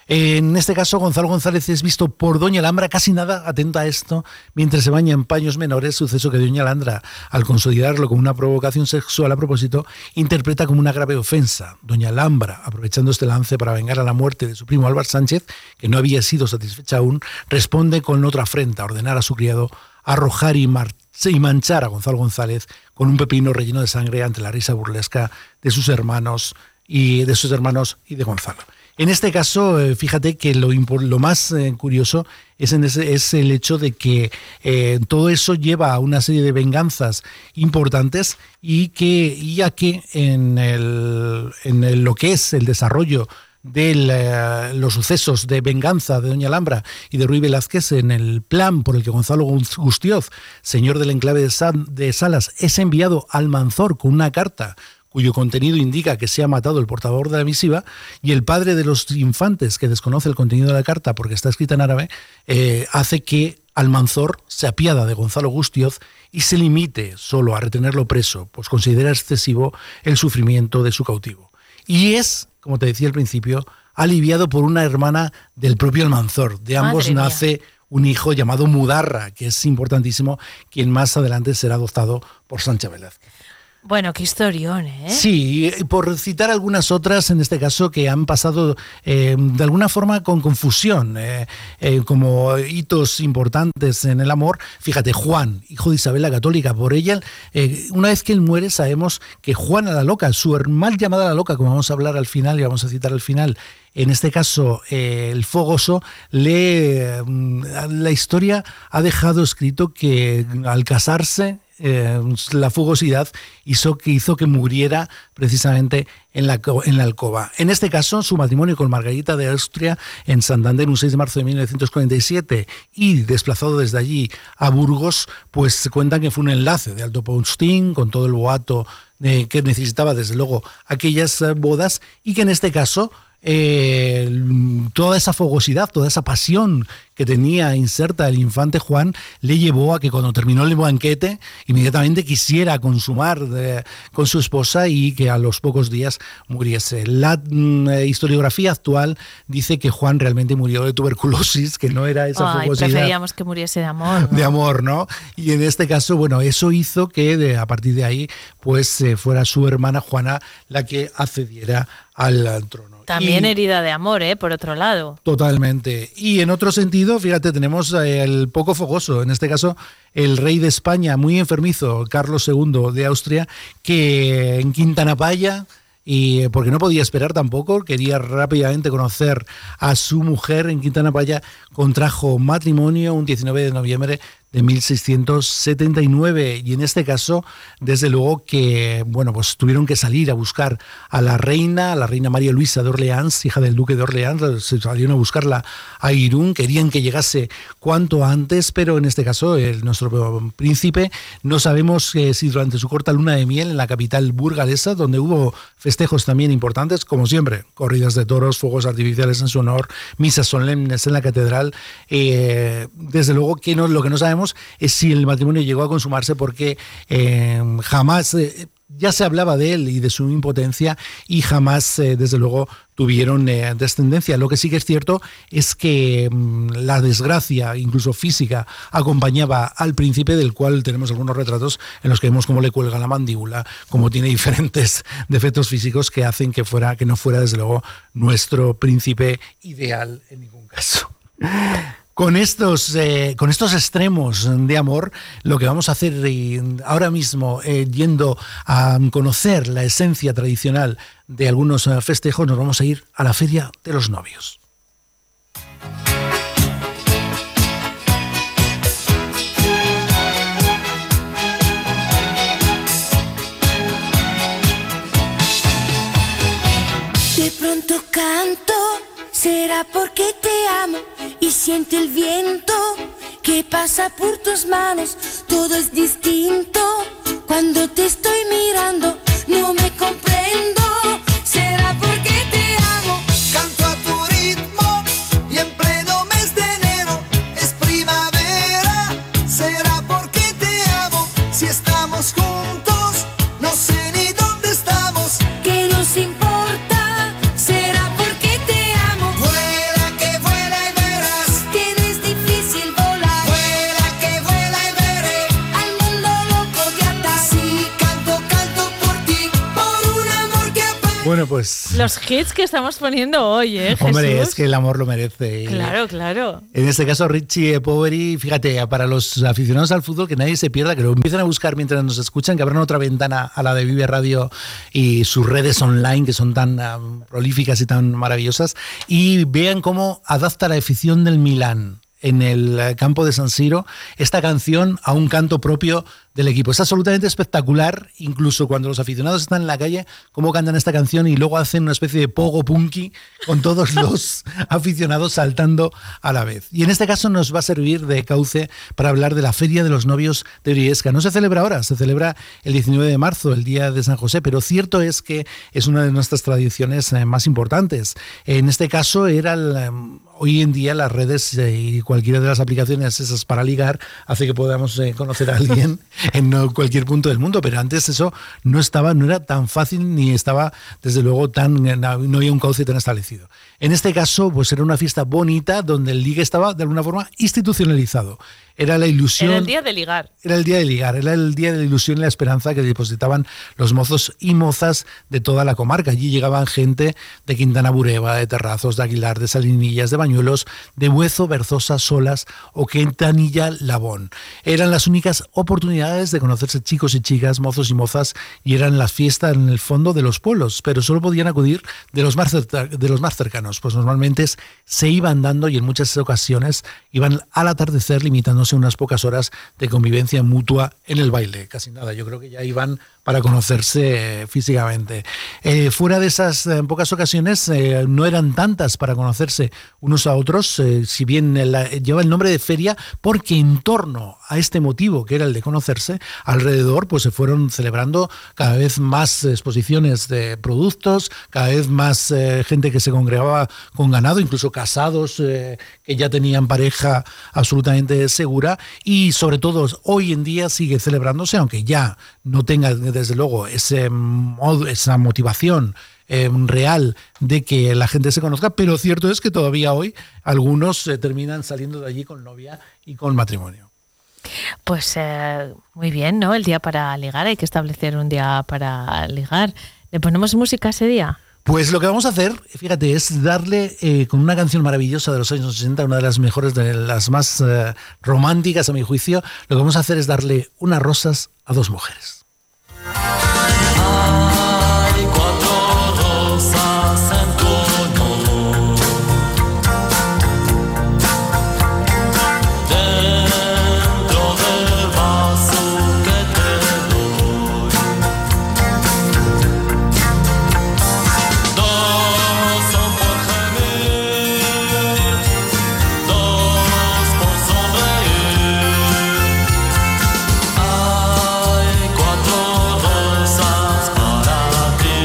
En este caso, Gonzalo González es visto por Doña Alhambra, casi nada atenta a esto, mientras se baña en paños menores, suceso que Doña Alhambra, al consolidarlo como una provocación sexual a propósito, interpreta como una grave ofensa. Doña Alhambra, aprovechando este lance para vengar a la muerte de su primo Álvar Sánchez, que no había sido satisfecha aún, responde con otra afrenta, ordenar a su criado arrojar y, mar- y manchar a Gonzalo González con un pepino relleno de sangre ante la risa burlesca de sus hermanos y de sus hermanos y de Gonzalo. En este caso, eh, fíjate que lo, lo más eh, curioso es, en ese, es el hecho de que eh, todo eso lleva a una serie de venganzas importantes, y que ya que en, el, en el, lo que es el desarrollo de la, los sucesos de venganza de Doña Alhambra y de Ruy Velázquez, en el plan por el que Gonzalo Gustioz, señor del enclave de, San, de Salas, es enviado al Almanzor con una carta cuyo contenido indica que se ha matado el portador de la misiva, y el padre de los infantes, que desconoce el contenido de la carta porque está escrita en árabe, eh, hace que Almanzor se apiada de Gonzalo Gustioz y se limite solo a retenerlo preso, pues considera excesivo el sufrimiento de su cautivo. Y es, como te decía al principio, aliviado por una hermana del propio Almanzor. De ambos nace un hijo llamado Mudarra, que es importantísimo, quien más adelante será adoptado por Sancha Velázquez. Bueno, qué historión, ¿eh? Sí, por citar algunas otras, en este caso, que han pasado eh, de alguna forma con confusión, eh, eh, como hitos importantes en el amor. Fíjate, Juan, hijo de Isabel la Católica, por ella, eh, una vez que él muere, sabemos que Juana la Loca, su mal llamada la Loca, como vamos a hablar al final y vamos a citar al final, en este caso eh, el Fogoso, le, la historia ha dejado escrito que al casarse, Eh, la fugosidad hizo que, hizo que muriera precisamente en la, en la alcoba. En este caso, su matrimonio con Margarita de Austria en Santander, un seis de marzo de mil novecientos cuarenta y siete, y desplazado desde allí a Burgos, pues se cuentan que fue un enlace de alto postín con todo el boato eh, que necesitaba, desde luego, aquellas bodas, y que en este caso eh, toda esa fogosidad, toda esa pasión que tenía inserta el infante Juan le llevó a que cuando terminó el banquete inmediatamente quisiera consumar de, con su esposa y que a los pocos días muriese. La mm, historiografía actual dice que Juan realmente murió de tuberculosis, que no era esa Ay, fogosidad. Preferíamos que muriese de amor, ¿no? De amor, ¿no? Y en este caso, bueno, eso hizo que de, a partir de ahí pues eh, fuera su hermana Juana la que accediera al, al trono. También y, herida de amor, ¿eh? Por otro lado. Totalmente. Y en otro sentido, fíjate, tenemos el poco fogoso, en este caso el rey de España, muy enfermizo, Carlos segundo de Austria, que en Quintana Paya, y porque no podía esperar tampoco, quería rápidamente conocer a su mujer en Quintana Paya, contrajo matrimonio un diecinueve de noviembre de mil seiscientos setenta y nueve, y en este caso, desde luego que, bueno, pues tuvieron que salir a buscar a la reina, a la reina María Luisa de Orleans, hija del duque de Orleans, se salieron a buscarla a Irún, querían que llegase cuanto antes, pero en este caso, el, nuestro príncipe, no sabemos eh, si durante su corta luna de miel en la capital burgalesa, donde hubo festejos también importantes, como siempre, corridas de toros, fuegos artificiales en su honor, misas solemnes en la catedral, eh, desde luego que no, lo que no sabemos es si el matrimonio llegó a consumarse, porque eh, jamás, eh, ya se hablaba de él y de su impotencia, y jamás, eh, desde luego, tuvieron eh, descendencia. Lo que sí que es cierto es que mmm, la desgracia, incluso física, acompañaba al príncipe, del cual tenemos algunos retratos en los que vemos cómo le cuelga la mandíbula, cómo tiene diferentes defectos físicos que hacen que, fuera, que no fuera, desde luego, nuestro príncipe ideal en ningún caso. Con estos, eh, con estos extremos de amor, lo que vamos a hacer eh, ahora mismo, eh, yendo a conocer la esencia tradicional de algunos eh, festejos, nos vamos a ir a la Feria de los Novios. De pronto canto, será porque te amo y siento el viento que pasa por tus manos. Todo es distinto cuando te estoy mirando. No me comprendo, será porque te amo. Canto a tu ritmo y en pleno mes de enero es primavera. Será porque te amo. Si estamos juntos, no sé ni dónde estamos. ¿Qué nos importa? Bueno, pues... Los hits que estamos poniendo hoy, ¿eh, Jesús? Hombre, es que el amor lo merece. Claro, claro. En este caso, Richie Poveri, fíjate, para los aficionados al fútbol, que nadie se pierda, que lo empiecen a buscar mientras nos escuchan, que abran otra ventana a la de Vive Radio y sus redes online, que son tan um, prolíficas y tan maravillosas, y vean cómo adapta la afición del Milán en el campo de San Siro esta canción a un canto propio del equipo. Es absolutamente espectacular, incluso cuando los aficionados están en la calle, cómo cantan esta canción y luego hacen una especie de pogo punky con todos los aficionados saltando a la vez. Y en este caso nos va a servir de cauce para hablar de la Feria de los Novios de Briesca. No se celebra ahora, se celebra el diecinueve de marzo, el día de San José, pero cierto es que es una de nuestras tradiciones más importantes. En este caso era el, hoy en día las redes y cualquiera de las aplicaciones esas para ligar hace que podamos conocer a alguien en cualquier punto del mundo, pero antes eso no estaba, no era tan fácil ni estaba, desde luego, tan, no había un cauce tan establecido. En este caso, pues era una fiesta bonita donde el ligue estaba de alguna forma institucionalizado. Era la ilusión. Era el día de ligar. Era el día de ligar, era el día de la ilusión y la esperanza que depositaban los mozos y mozas de toda la comarca. Allí llegaban gente de Quintana Bureba, de Terrazos, de Aguilar, de Salinillas, de Bañuelos, de Buezo, Berzosa, Solas o Quintanilla, Labón. Eran las únicas oportunidades de conocerse chicos y chicas, mozos y mozas, y eran las fiestas en el fondo de los pueblos, pero solo podían acudir de los más, de los más cercanos, pues normalmente se iban dando y en muchas ocasiones iban al atardecer limitándose unas pocas horas de convivencia mutua en el baile, casi nada. Yo creo que ya iban para conocerse físicamente. Eh, fuera de esas eh, pocas ocasiones, eh, no eran tantas para conocerse unos a otros, eh, si bien el, lleva el nombre de feria, porque en torno a este motivo, que era el de conocerse, alrededor pues se fueron celebrando cada vez más exposiciones de productos, cada vez más eh, gente que se congregaba con ganado, incluso casados eh, que ya tenían pareja absolutamente segura, y sobre todo hoy en día sigue celebrándose, aunque ya no tenga desde luego ese modo, esa motivación eh, real de que la gente se conozca, pero cierto es que todavía hoy algunos eh, terminan saliendo de allí con novia y con matrimonio. Pues eh, muy bien, ¿no? El día para ligar, hay que establecer un día para ligar. ¿Le ponemos música ese día? Pues lo que vamos a hacer, fíjate, es darle eh, con una canción maravillosa de los años ochenta, una de las mejores, de las más eh, románticas a mi juicio, lo que vamos a hacer es darle unas rosas a dos mujeres. Hay cuatro rosas en tu honor. Dentro del vaso que te doy. Dos son por gemir, dos por sonreír. Hay cuatro rosas para ti.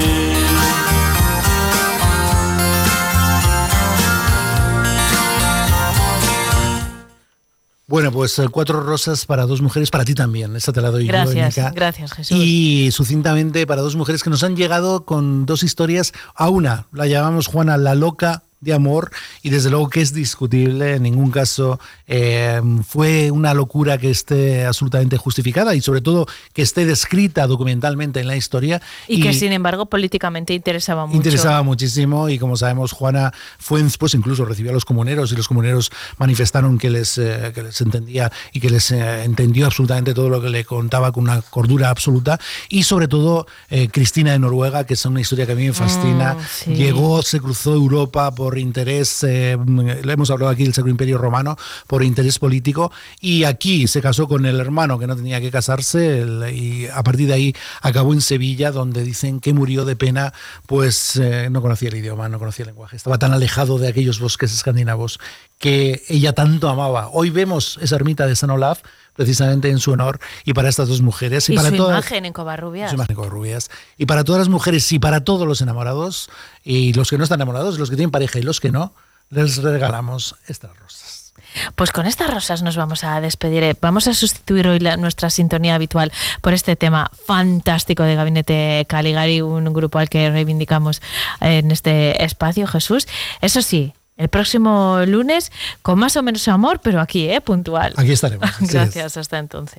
Bueno, pues eh, cuatro rosas para dos mujeres, para ti también, esa te la doy yo, Gracias, Mónica. gracias, Jesús. Y sucintamente para dos mujeres que nos han llegado con dos historias. A una la llamamos, Juana, la loca de amor, y desde luego que es discutible, en ningún caso eh, fue una locura que esté absolutamente justificada y sobre todo que esté descrita documentalmente en la historia. Y, y que sin embargo políticamente interesaba mucho. Interesaba muchísimo, y como sabemos, Juana fue, pues incluso recibió a los comuneros y los comuneros manifestaron que les, eh, que les entendía y que les eh, entendió absolutamente todo lo que le contaba con una cordura absoluta. Y sobre todo eh, Cristina de Noruega, que es una historia que a mí me fascina, Mm, sí. llegó, se cruzó Europa por interés, eh, le hemos hablado aquí del Sacro Imperio Romano, por interés político, y aquí se casó con el hermano que no tenía que casarse, el, y a partir de ahí acabó en Sevilla, donde dicen que murió de pena, pues eh, no conocía el idioma, no conocía el lenguaje, estaba tan alejado de aquellos bosques escandinavos que ella tanto amaba. Hoy vemos esa ermita de San Olaf precisamente en su honor, y para estas dos mujeres y, Y para su todas, imagen en Covarrubias. su imagen en Covarrubias, y para todas las mujeres y para todos los enamorados y los que no están enamorados, los que tienen pareja y los que no, les regalamos estas rosas. Pues con estas rosas nos vamos a despedir. Eh, Vamos a sustituir hoy la, nuestra sintonía habitual por este tema fantástico de Gabinete Caligari, un grupo al que reivindicamos en este espacio, Jesús. Eso sí, el próximo lunes con más o menos amor, pero aquí, ¿eh? Puntual. Aquí estaremos. Gracias, hasta entonces.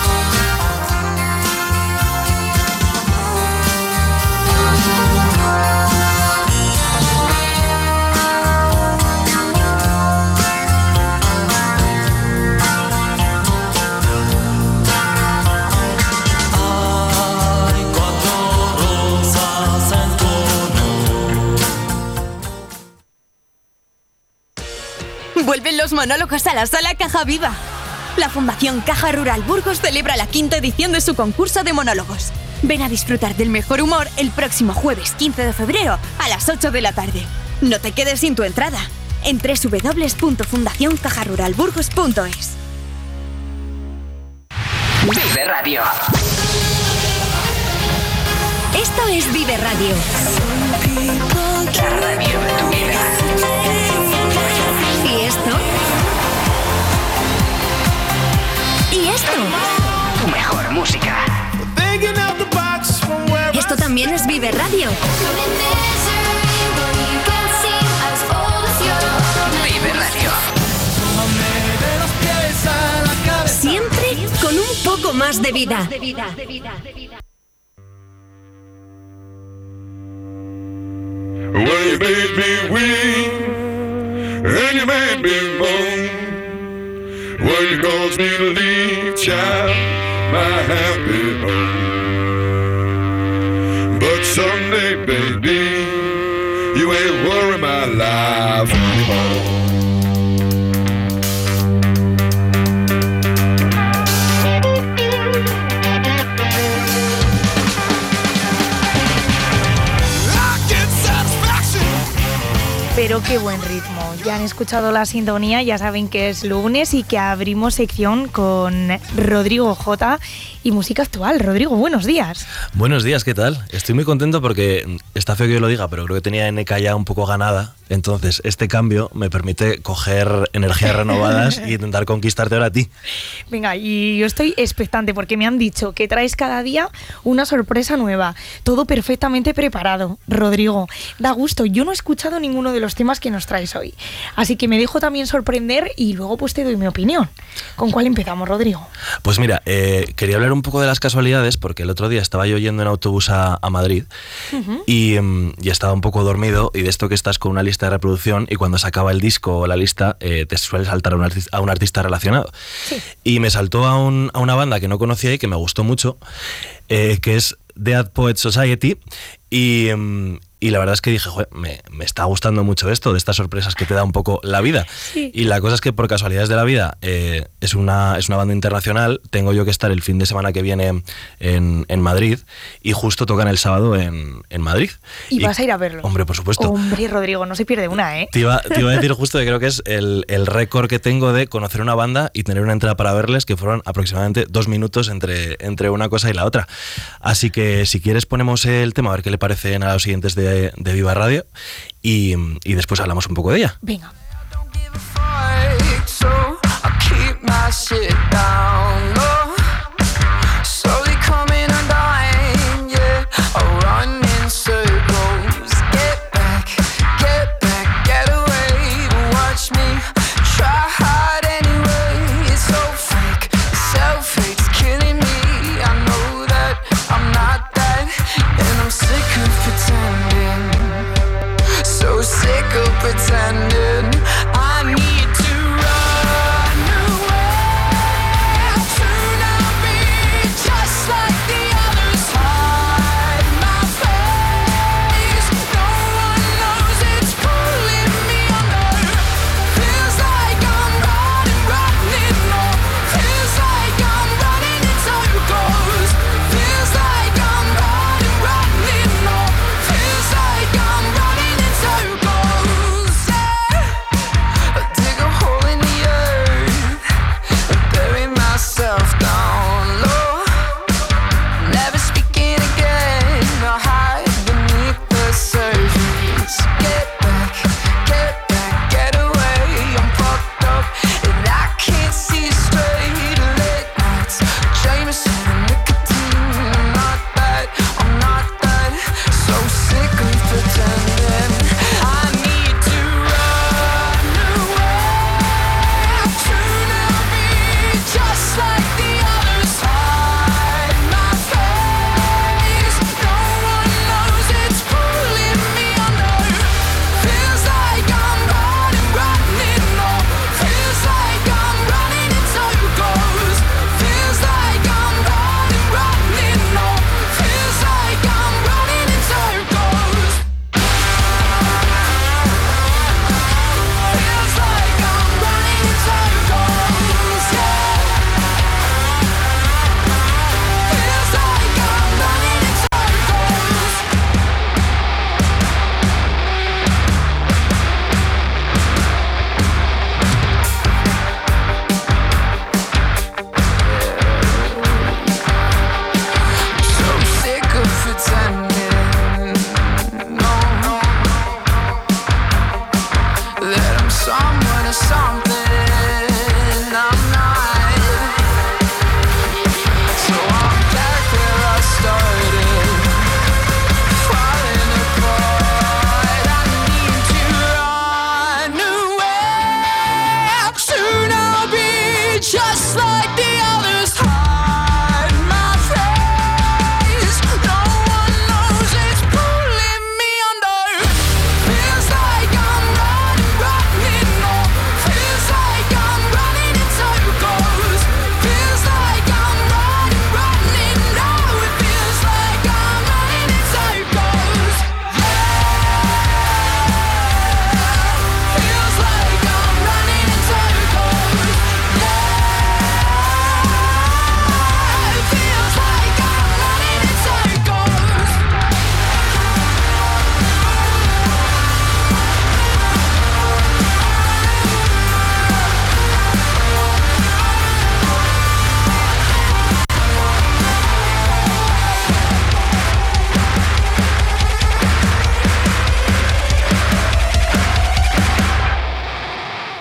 Hay cuatro rosas en tu honor. Vuelven los monólogos a la Sala Caja Viva. La Fundación Caja Rural Burgos celebra la quinta edición de su concurso de monólogos. Ven a disfrutar del mejor humor el próximo jueves quince de febrero a las ocho de la tarde. No te quedes sin tu entrada en doble u doble u doble u punto fundación caja rural burgos punto es. Vive Radio. Esto es Vive Radio. La radio de tu vida. ¿Y esto? ¿Y esto? Tu mejor música. Esto también es Vive Radio. Vive Radio. Siempre con un poco más de vida. Well, you made me weak, and you made me moan. Well, you caused me to leave, child, my happy home. But someday, baby, you ain't worry my life anymore. Pero qué buen ritmo. Ya han escuchado la sintonía, ya saben que es lunes y que abrimos sección con Rodrigo J y música actual. Rodrigo, buenos días. Buenos días, ¿qué tal? Estoy muy contento porque está feo que yo lo diga, pero creo que tenía N K ya un poco ganada. Entonces, este cambio me permite coger energías renovadas y intentar conquistarte ahora a ti. Venga, y yo estoy expectante porque me han dicho que traes cada día una sorpresa nueva. Todo perfectamente preparado. Rodrigo, da gusto. Yo no he escuchado ninguno de los temas que nos traes hoy. Así que me dejo también sorprender y luego pues te doy mi opinión. ¿Con cuál empezamos, Rodrigo? Pues mira, eh, quería hablar un poco de las casualidades porque el otro día estaba yo yendo en autobús a, a Madrid uh-huh. y, um, y estaba un poco dormido, y de esto que estás con una lista de reproducción y cuando se acaba el disco o la lista eh, te suele saltar a un, artista, a un artista relacionado. Sí. Y me saltó a, un, a una banda que no conocía y que me gustó mucho, eh, que es Dead Poets Society, y, um, y la verdad es que dije, joder, me, me está gustando mucho esto, de estas sorpresas que te da un poco la vida. Sí. Y la cosa es que por casualidades de la vida eh, es, una, es una banda internacional. Tengo yo que estar el fin de semana que viene en, en Madrid y justo tocan el sábado en, en Madrid. ¿Y, y vas a ir a verlo? Hombre, por supuesto. Hombre, Rodrigo, no se pierde una, ¿eh? Te iba, te iba a decir justo que creo que es el, el récord que tengo de conocer una banda y tener una entrada para verles, que fueron aproximadamente dos minutos entre, entre una cosa y la otra. Así que si quieres ponemos el tema, a ver qué le parecen a los siguientes de, de Viva Radio y, y después hablamos un poco de ella. Venga. Pretending I need to run away, to not be just like the others. Hide my face, no one knows it's pulling me under. Feels like I'm running, running more. Feels like I'm running in circles. Feels like I'm running, running more. Feels like I'm running in circles. Down low, never speaking again. I hide beneath the surface. Get back, get back, get away. I'm fucked up and I can't see straight. Late nights, Jameson and nicotine. I'm not that, I'm not that. So sick of pretending. I need to run away, to not be just like feels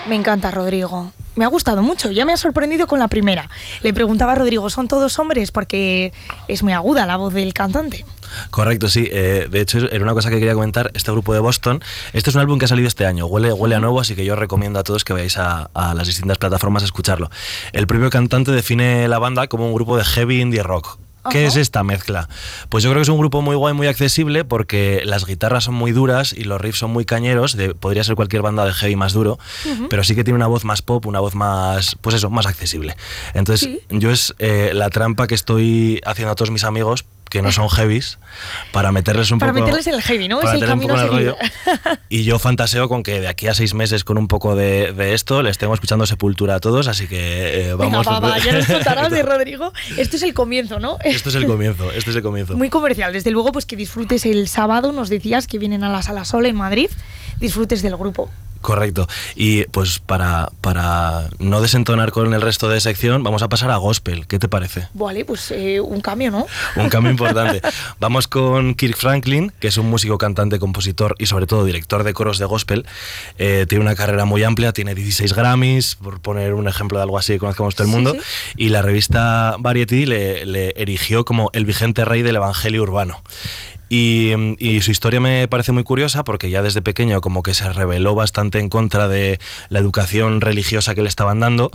Me encanta, Rodrigo. Me ha gustado mucho, ya me ha sorprendido con la primera. Le preguntaba a Rodrigo, ¿son todos hombres? Porque es muy aguda la voz del cantante. Correcto, sí. Eh, de hecho, era una cosa que quería comentar. Este grupo de Boston, este es un álbum que ha salido este año. Huele, huele a nuevo, así que yo os recomiendo a todos que vayáis a, a las distintas plataformas a escucharlo. El propio cantante define la banda como un grupo de heavy indie rock. ¿Qué es esta mezcla? Pues yo creo que es un grupo muy guay, muy accesible, porque las guitarras son muy duras y los riffs son muy cañeros. De, podría ser cualquier banda de heavy más duro, uh-huh. pero sí que tiene una voz más pop, una voz más, pues eso, más accesible. Entonces, ¿sí? yo es eh, la trampa que estoy haciendo a todos mis amigos, que no son heavies, para meterles un para poco... Para meterles en el heavy, ¿no? Para es el camino a seguir. Y yo fantaseo con que de aquí a seis meses con un poco de, de esto les tengo escuchando Sepultura a todos, así que eh, vamos... Venga, va, va, ya nos contarás de Rodrigo. Esto es el comienzo, ¿no? Esto es el comienzo, esto es el comienzo. Muy comercial. Desde luego, pues que disfrutes el sábado, nos decías que vienen a la Sala Sol en Madrid, disfrutes del grupo. Correcto. Y pues para, para no desentonar con el resto de sección, vamos a pasar a gospel. ¿Qué te parece? Vale, pues eh, un cambio, ¿no? Un cambio importante. Vamos con Kirk Franklin, que es un músico, cantante, compositor y sobre todo director de coros de gospel. Eh, tiene una carrera muy amplia, tiene dieciséis Grammys, por poner un ejemplo de algo así que conozcamos todo el mundo. Sí, sí. Y la revista Variety le, le erigió como el vigente rey del evangelio urbano. Y, y su historia me parece muy curiosa porque ya desde pequeño como que se rebeló bastante en contra de la educación religiosa que le estaban dando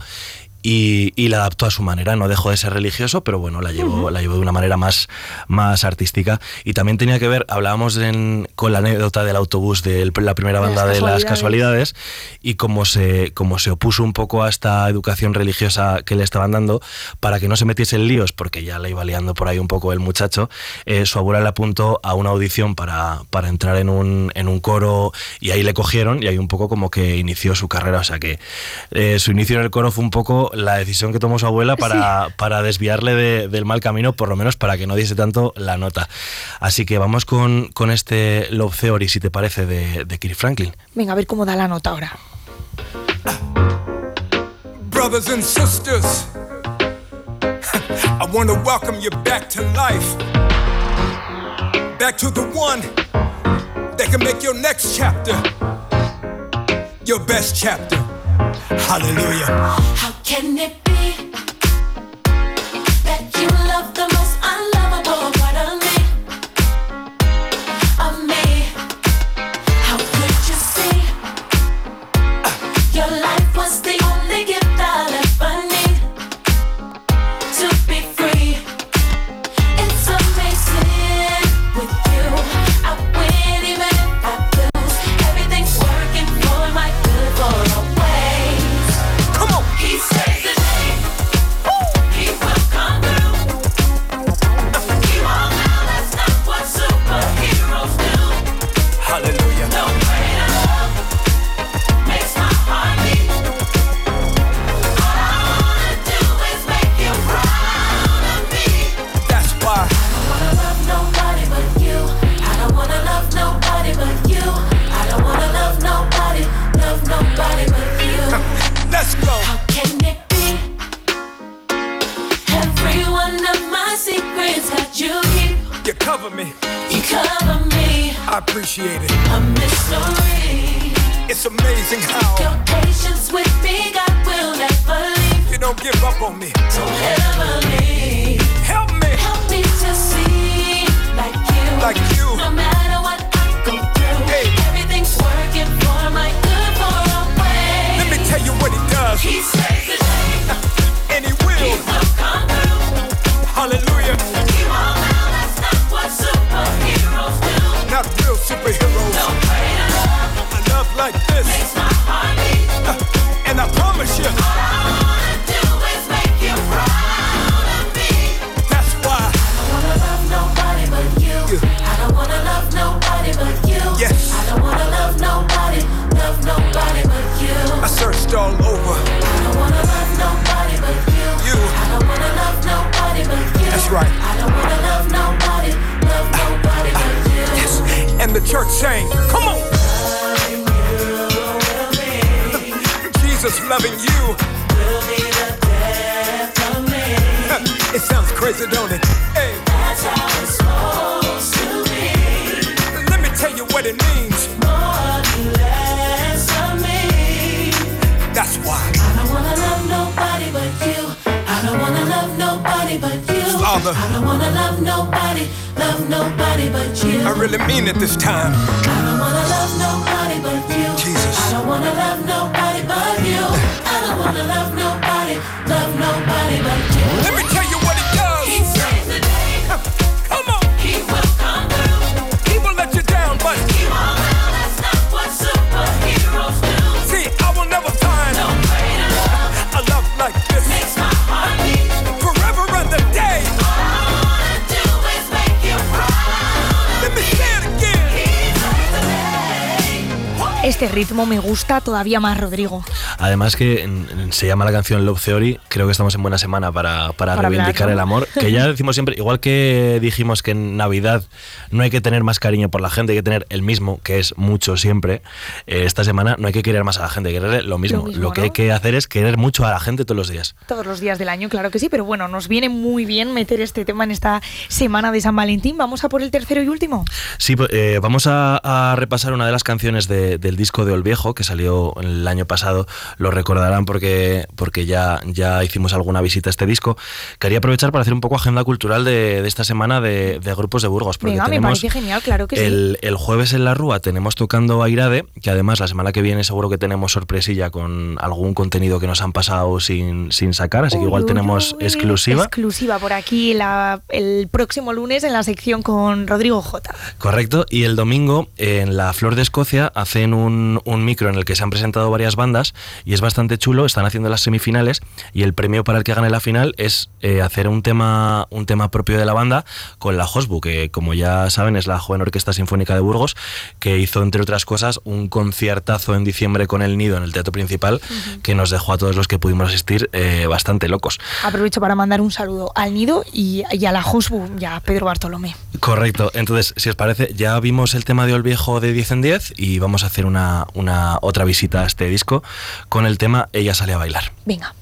y, y la adaptó a su manera. No dejó de ser religioso, pero bueno, la llevó, uh-huh. la llevó de una manera más, más artística. Y también tenía que ver, hablábamos en, con la anécdota del autobús de la primera banda de las casualidades y cómo se, cómo se opuso un poco a esta educación religiosa que le estaban dando para que no se metiese en líos, porque ya le iba liando por ahí un poco el muchacho. Eh, su abuela le apuntó a una audición para, para entrar en un, en un coro y ahí le cogieron y ahí un poco como que inició su carrera. O sea que eh, su inicio en el coro fue un poco la decisión que tomó su abuela para, sí. para desviarle de, del mal camino, por lo menos para que no diese tanto la nota. Así que vamos con, con este Love Theory, si te parece, de, de Kirk Franklin. Venga, a ver cómo da la nota ahora. Brothers and sisters, I want to welcome you back to life. Back to the one that can make your next chapter your best chapter. Hallelujah. How can it be that you love the most unlovable part of me? Of me? How could you see your life was the only gift I'll ever need to be free? It's amazing with you. I win even if I lose. Everything's working for my good for a while. He saves the day. He will come through. He won't now, that's not what superheroes do. Hallelujah. No greater love makes my heart beat. All I wanna do is make you proud of me. That's why I don't wanna love nobody but you. I don't wanna love nobody but you. I don't wanna love nobody, love nobody but you. Let's go. How can it be? Every one of my secrets that you keep. You cover me. You cover me. I appreciate it. A mystery. It's amazing how your patience with me, God will never leave. You don't give up on me. Don't ever leave. Help me. Help me to see like you. Like you. No matter what I go through. Hey. Everything's working for my good for a way. Let me tell you what he does. He saves the day. And he will. He will come through. Hallelujah. He won't now, that's not what superheroes do. Not real superheroes. No greater love. A love like this makes my heart beat. Uh, and I promise you, all I wanna do is make you proud of me. That's why I don't wanna love nobody but you. Yeah. I don't wanna love nobody but you. Yes. I don't wanna love nobody, love nobody but you. I searched all over. I don't wanna love nobody but you. You. I don't wanna love nobody but you. That's right. I don't wanna love nobody, love nobody but you. Yes. And the church sang, come on. Jesus loving you will be the death of me. It sounds crazy, don't it? Hey. That's how it's supposed to be. Let me tell you what it means. More or less of me. Father. I don't wanna love nobody, love nobody but you. I really mean it this time. I don't wanna love nobody but you. Jesus. I don't wanna love nobody but you. I don't wanna love nobody, love nobody but you. Let me tell you what he does. He saves the day. Come on. He will come through. He will let you down, but He won't will, that's not what superheroes do. see, I will never find No greater love a love like this. makes my heart beat. Forever and the day. All I wanna do is make you proud. Let me say it again. He saves the day. Este ritmo me gusta todavía más, Rodrigo. Además que en- en- se llama la canción Love Theory, creo que estamos en buena semana para, para, Para reivindicar hablar, ¿no? el amor, que ya decimos siempre, igual que dijimos que en Navidad no hay que tener más cariño por la gente, hay que tener el mismo, que es mucho siempre, eh, esta semana no hay que querer más a la gente, hay que querer lo mismo. Lo Lo, mismo, que ¿no? hay que hacer es querer mucho a la gente todos los días. Todos los días del año, claro que sí, pero bueno, nos viene muy bien meter este tema en esta semana de San Valentín. Vamos a por el tercero y último. Sí, pues, eh, vamos a, a repasar una de las canciones de- del disco de Olviejo, que salió el año pasado, lo recordarán porque, porque ya, ya hicimos alguna visita a este disco. Quería aprovechar para hacer un poco agenda cultural de, de esta semana de, de grupos de Burgos, porque Venga, me tenemos parece genial, claro que sí. el, el jueves en la Rúa tenemos tocando a Irade, que además la semana que viene seguro que tenemos sorpresilla con algún contenido que nos han pasado sin, sin sacar, así que Uy, igual uy, tenemos uy, exclusiva. Exclusiva por aquí la- el próximo lunes en la sección con Rodrigo J. Correcto, y el domingo en la Flor de Escocia hacen un, un micro en el que se han presentado varias bandas y es bastante chulo, están haciendo las semifinales y el premio para el que gane la final es eh, hacer un tema, un tema propio de la banda con la Josbu, que como ya saben es la Joven Orquesta Sinfónica de Burgos, que hizo entre otras cosas un conciertazo en diciembre con el Nido en el Teatro Principal, uh-huh. que nos dejó a todos los que pudimos asistir eh, bastante locos. Aprovecho para mandar un saludo al Nido y, y a la Josbu y a Pedro Bartolomé. Correcto, entonces si os parece ya vimos el tema de Olviejo de diez en diez y vamos a hacer una, una otra visita a este disco con el tema Ella sale a bailar. Venga.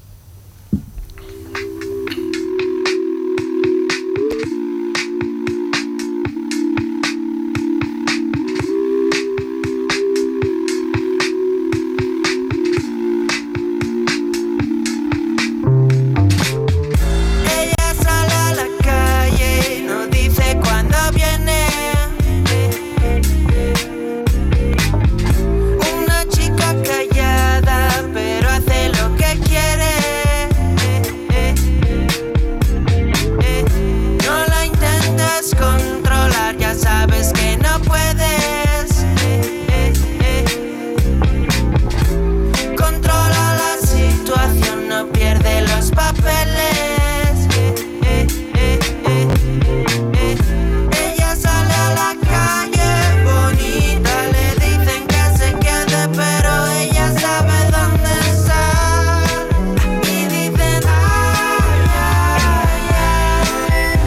Ella sale a la calle y no dice cuándo viene. Una chica callada, pero hace lo que quiere. No la intentes controlar, ya sabes que no puedes. Controla la situación, no pierde los papeles. Ella sale a la calle bonita, le dicen que se quede, pero ella sabe dónde está. Y dicen ay, ay,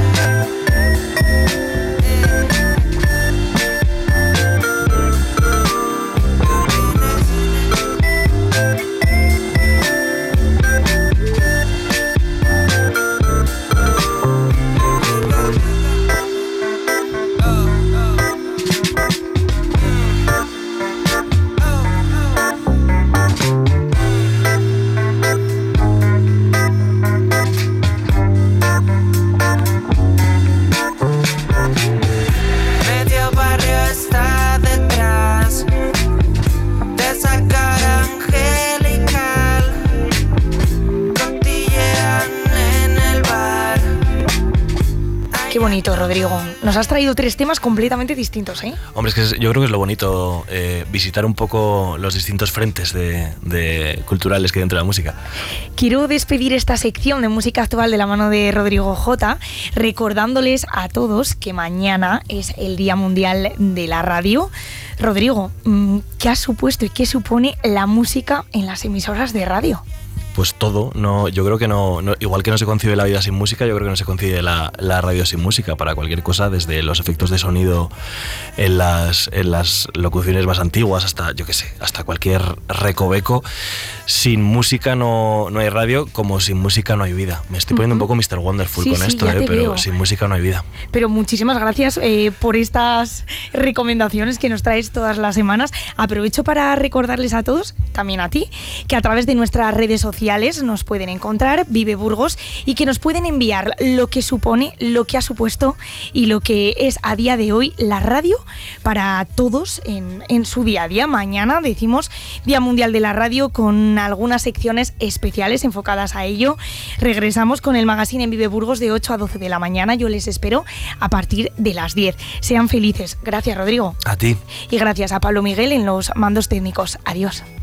medio barrio está detrás de esa cara angelical. Cotillean en el bar. Qué bonito, Rodrigo. Nos has traído tres temas completamente distintos, ¿eh? Hombre, es que es- yo creo que es lo bonito eh, visitar un poco los distintos frentes de, de culturales que hay dentro de la música. Quiero despedir esta sección de música actual de la mano de Rodrigo J, recordándoles a todos que mañana es el Día Mundial de la Radio. Rodrigo, mm, ¿qué ha supuesto y qué supone la música en las emisoras de radio? Pues todo, no, yo creo que no, no, igual que no se concibe la vida sin música, yo creo que no se concibe la, la radio sin música para cualquier cosa, desde los efectos de sonido en las, en las locuciones más antiguas hasta, yo qué sé, hasta cualquier recoveco. Sin música no, no hay radio, como sin música no hay vida. Me estoy poniendo uh-huh. un poco mister Wonderful sí, con sí, esto, ya eh, te pero veo. sin música no hay vida. Pero muchísimas gracias eh, por estas recomendaciones que nos traes todas las semanas. Aprovecho para recordarles a todos, también a ti, que a través de nuestras redes sociales sociales nos pueden encontrar, Vive Burgos, y que nos pueden enviar lo que supone, lo que ha supuesto y lo que es a día de hoy la radio para todos en, en su día a día. Mañana decimos Día Mundial de la Radio con algunas secciones especiales enfocadas a ello. Regresamos con el magazine en Vive Burgos de ocho a doce de la mañana. Yo les espero a partir de las diez. Sean felices. Gracias, Rodrigo. A ti. Y gracias a Pablo Miguel en los mandos técnicos. Adiós.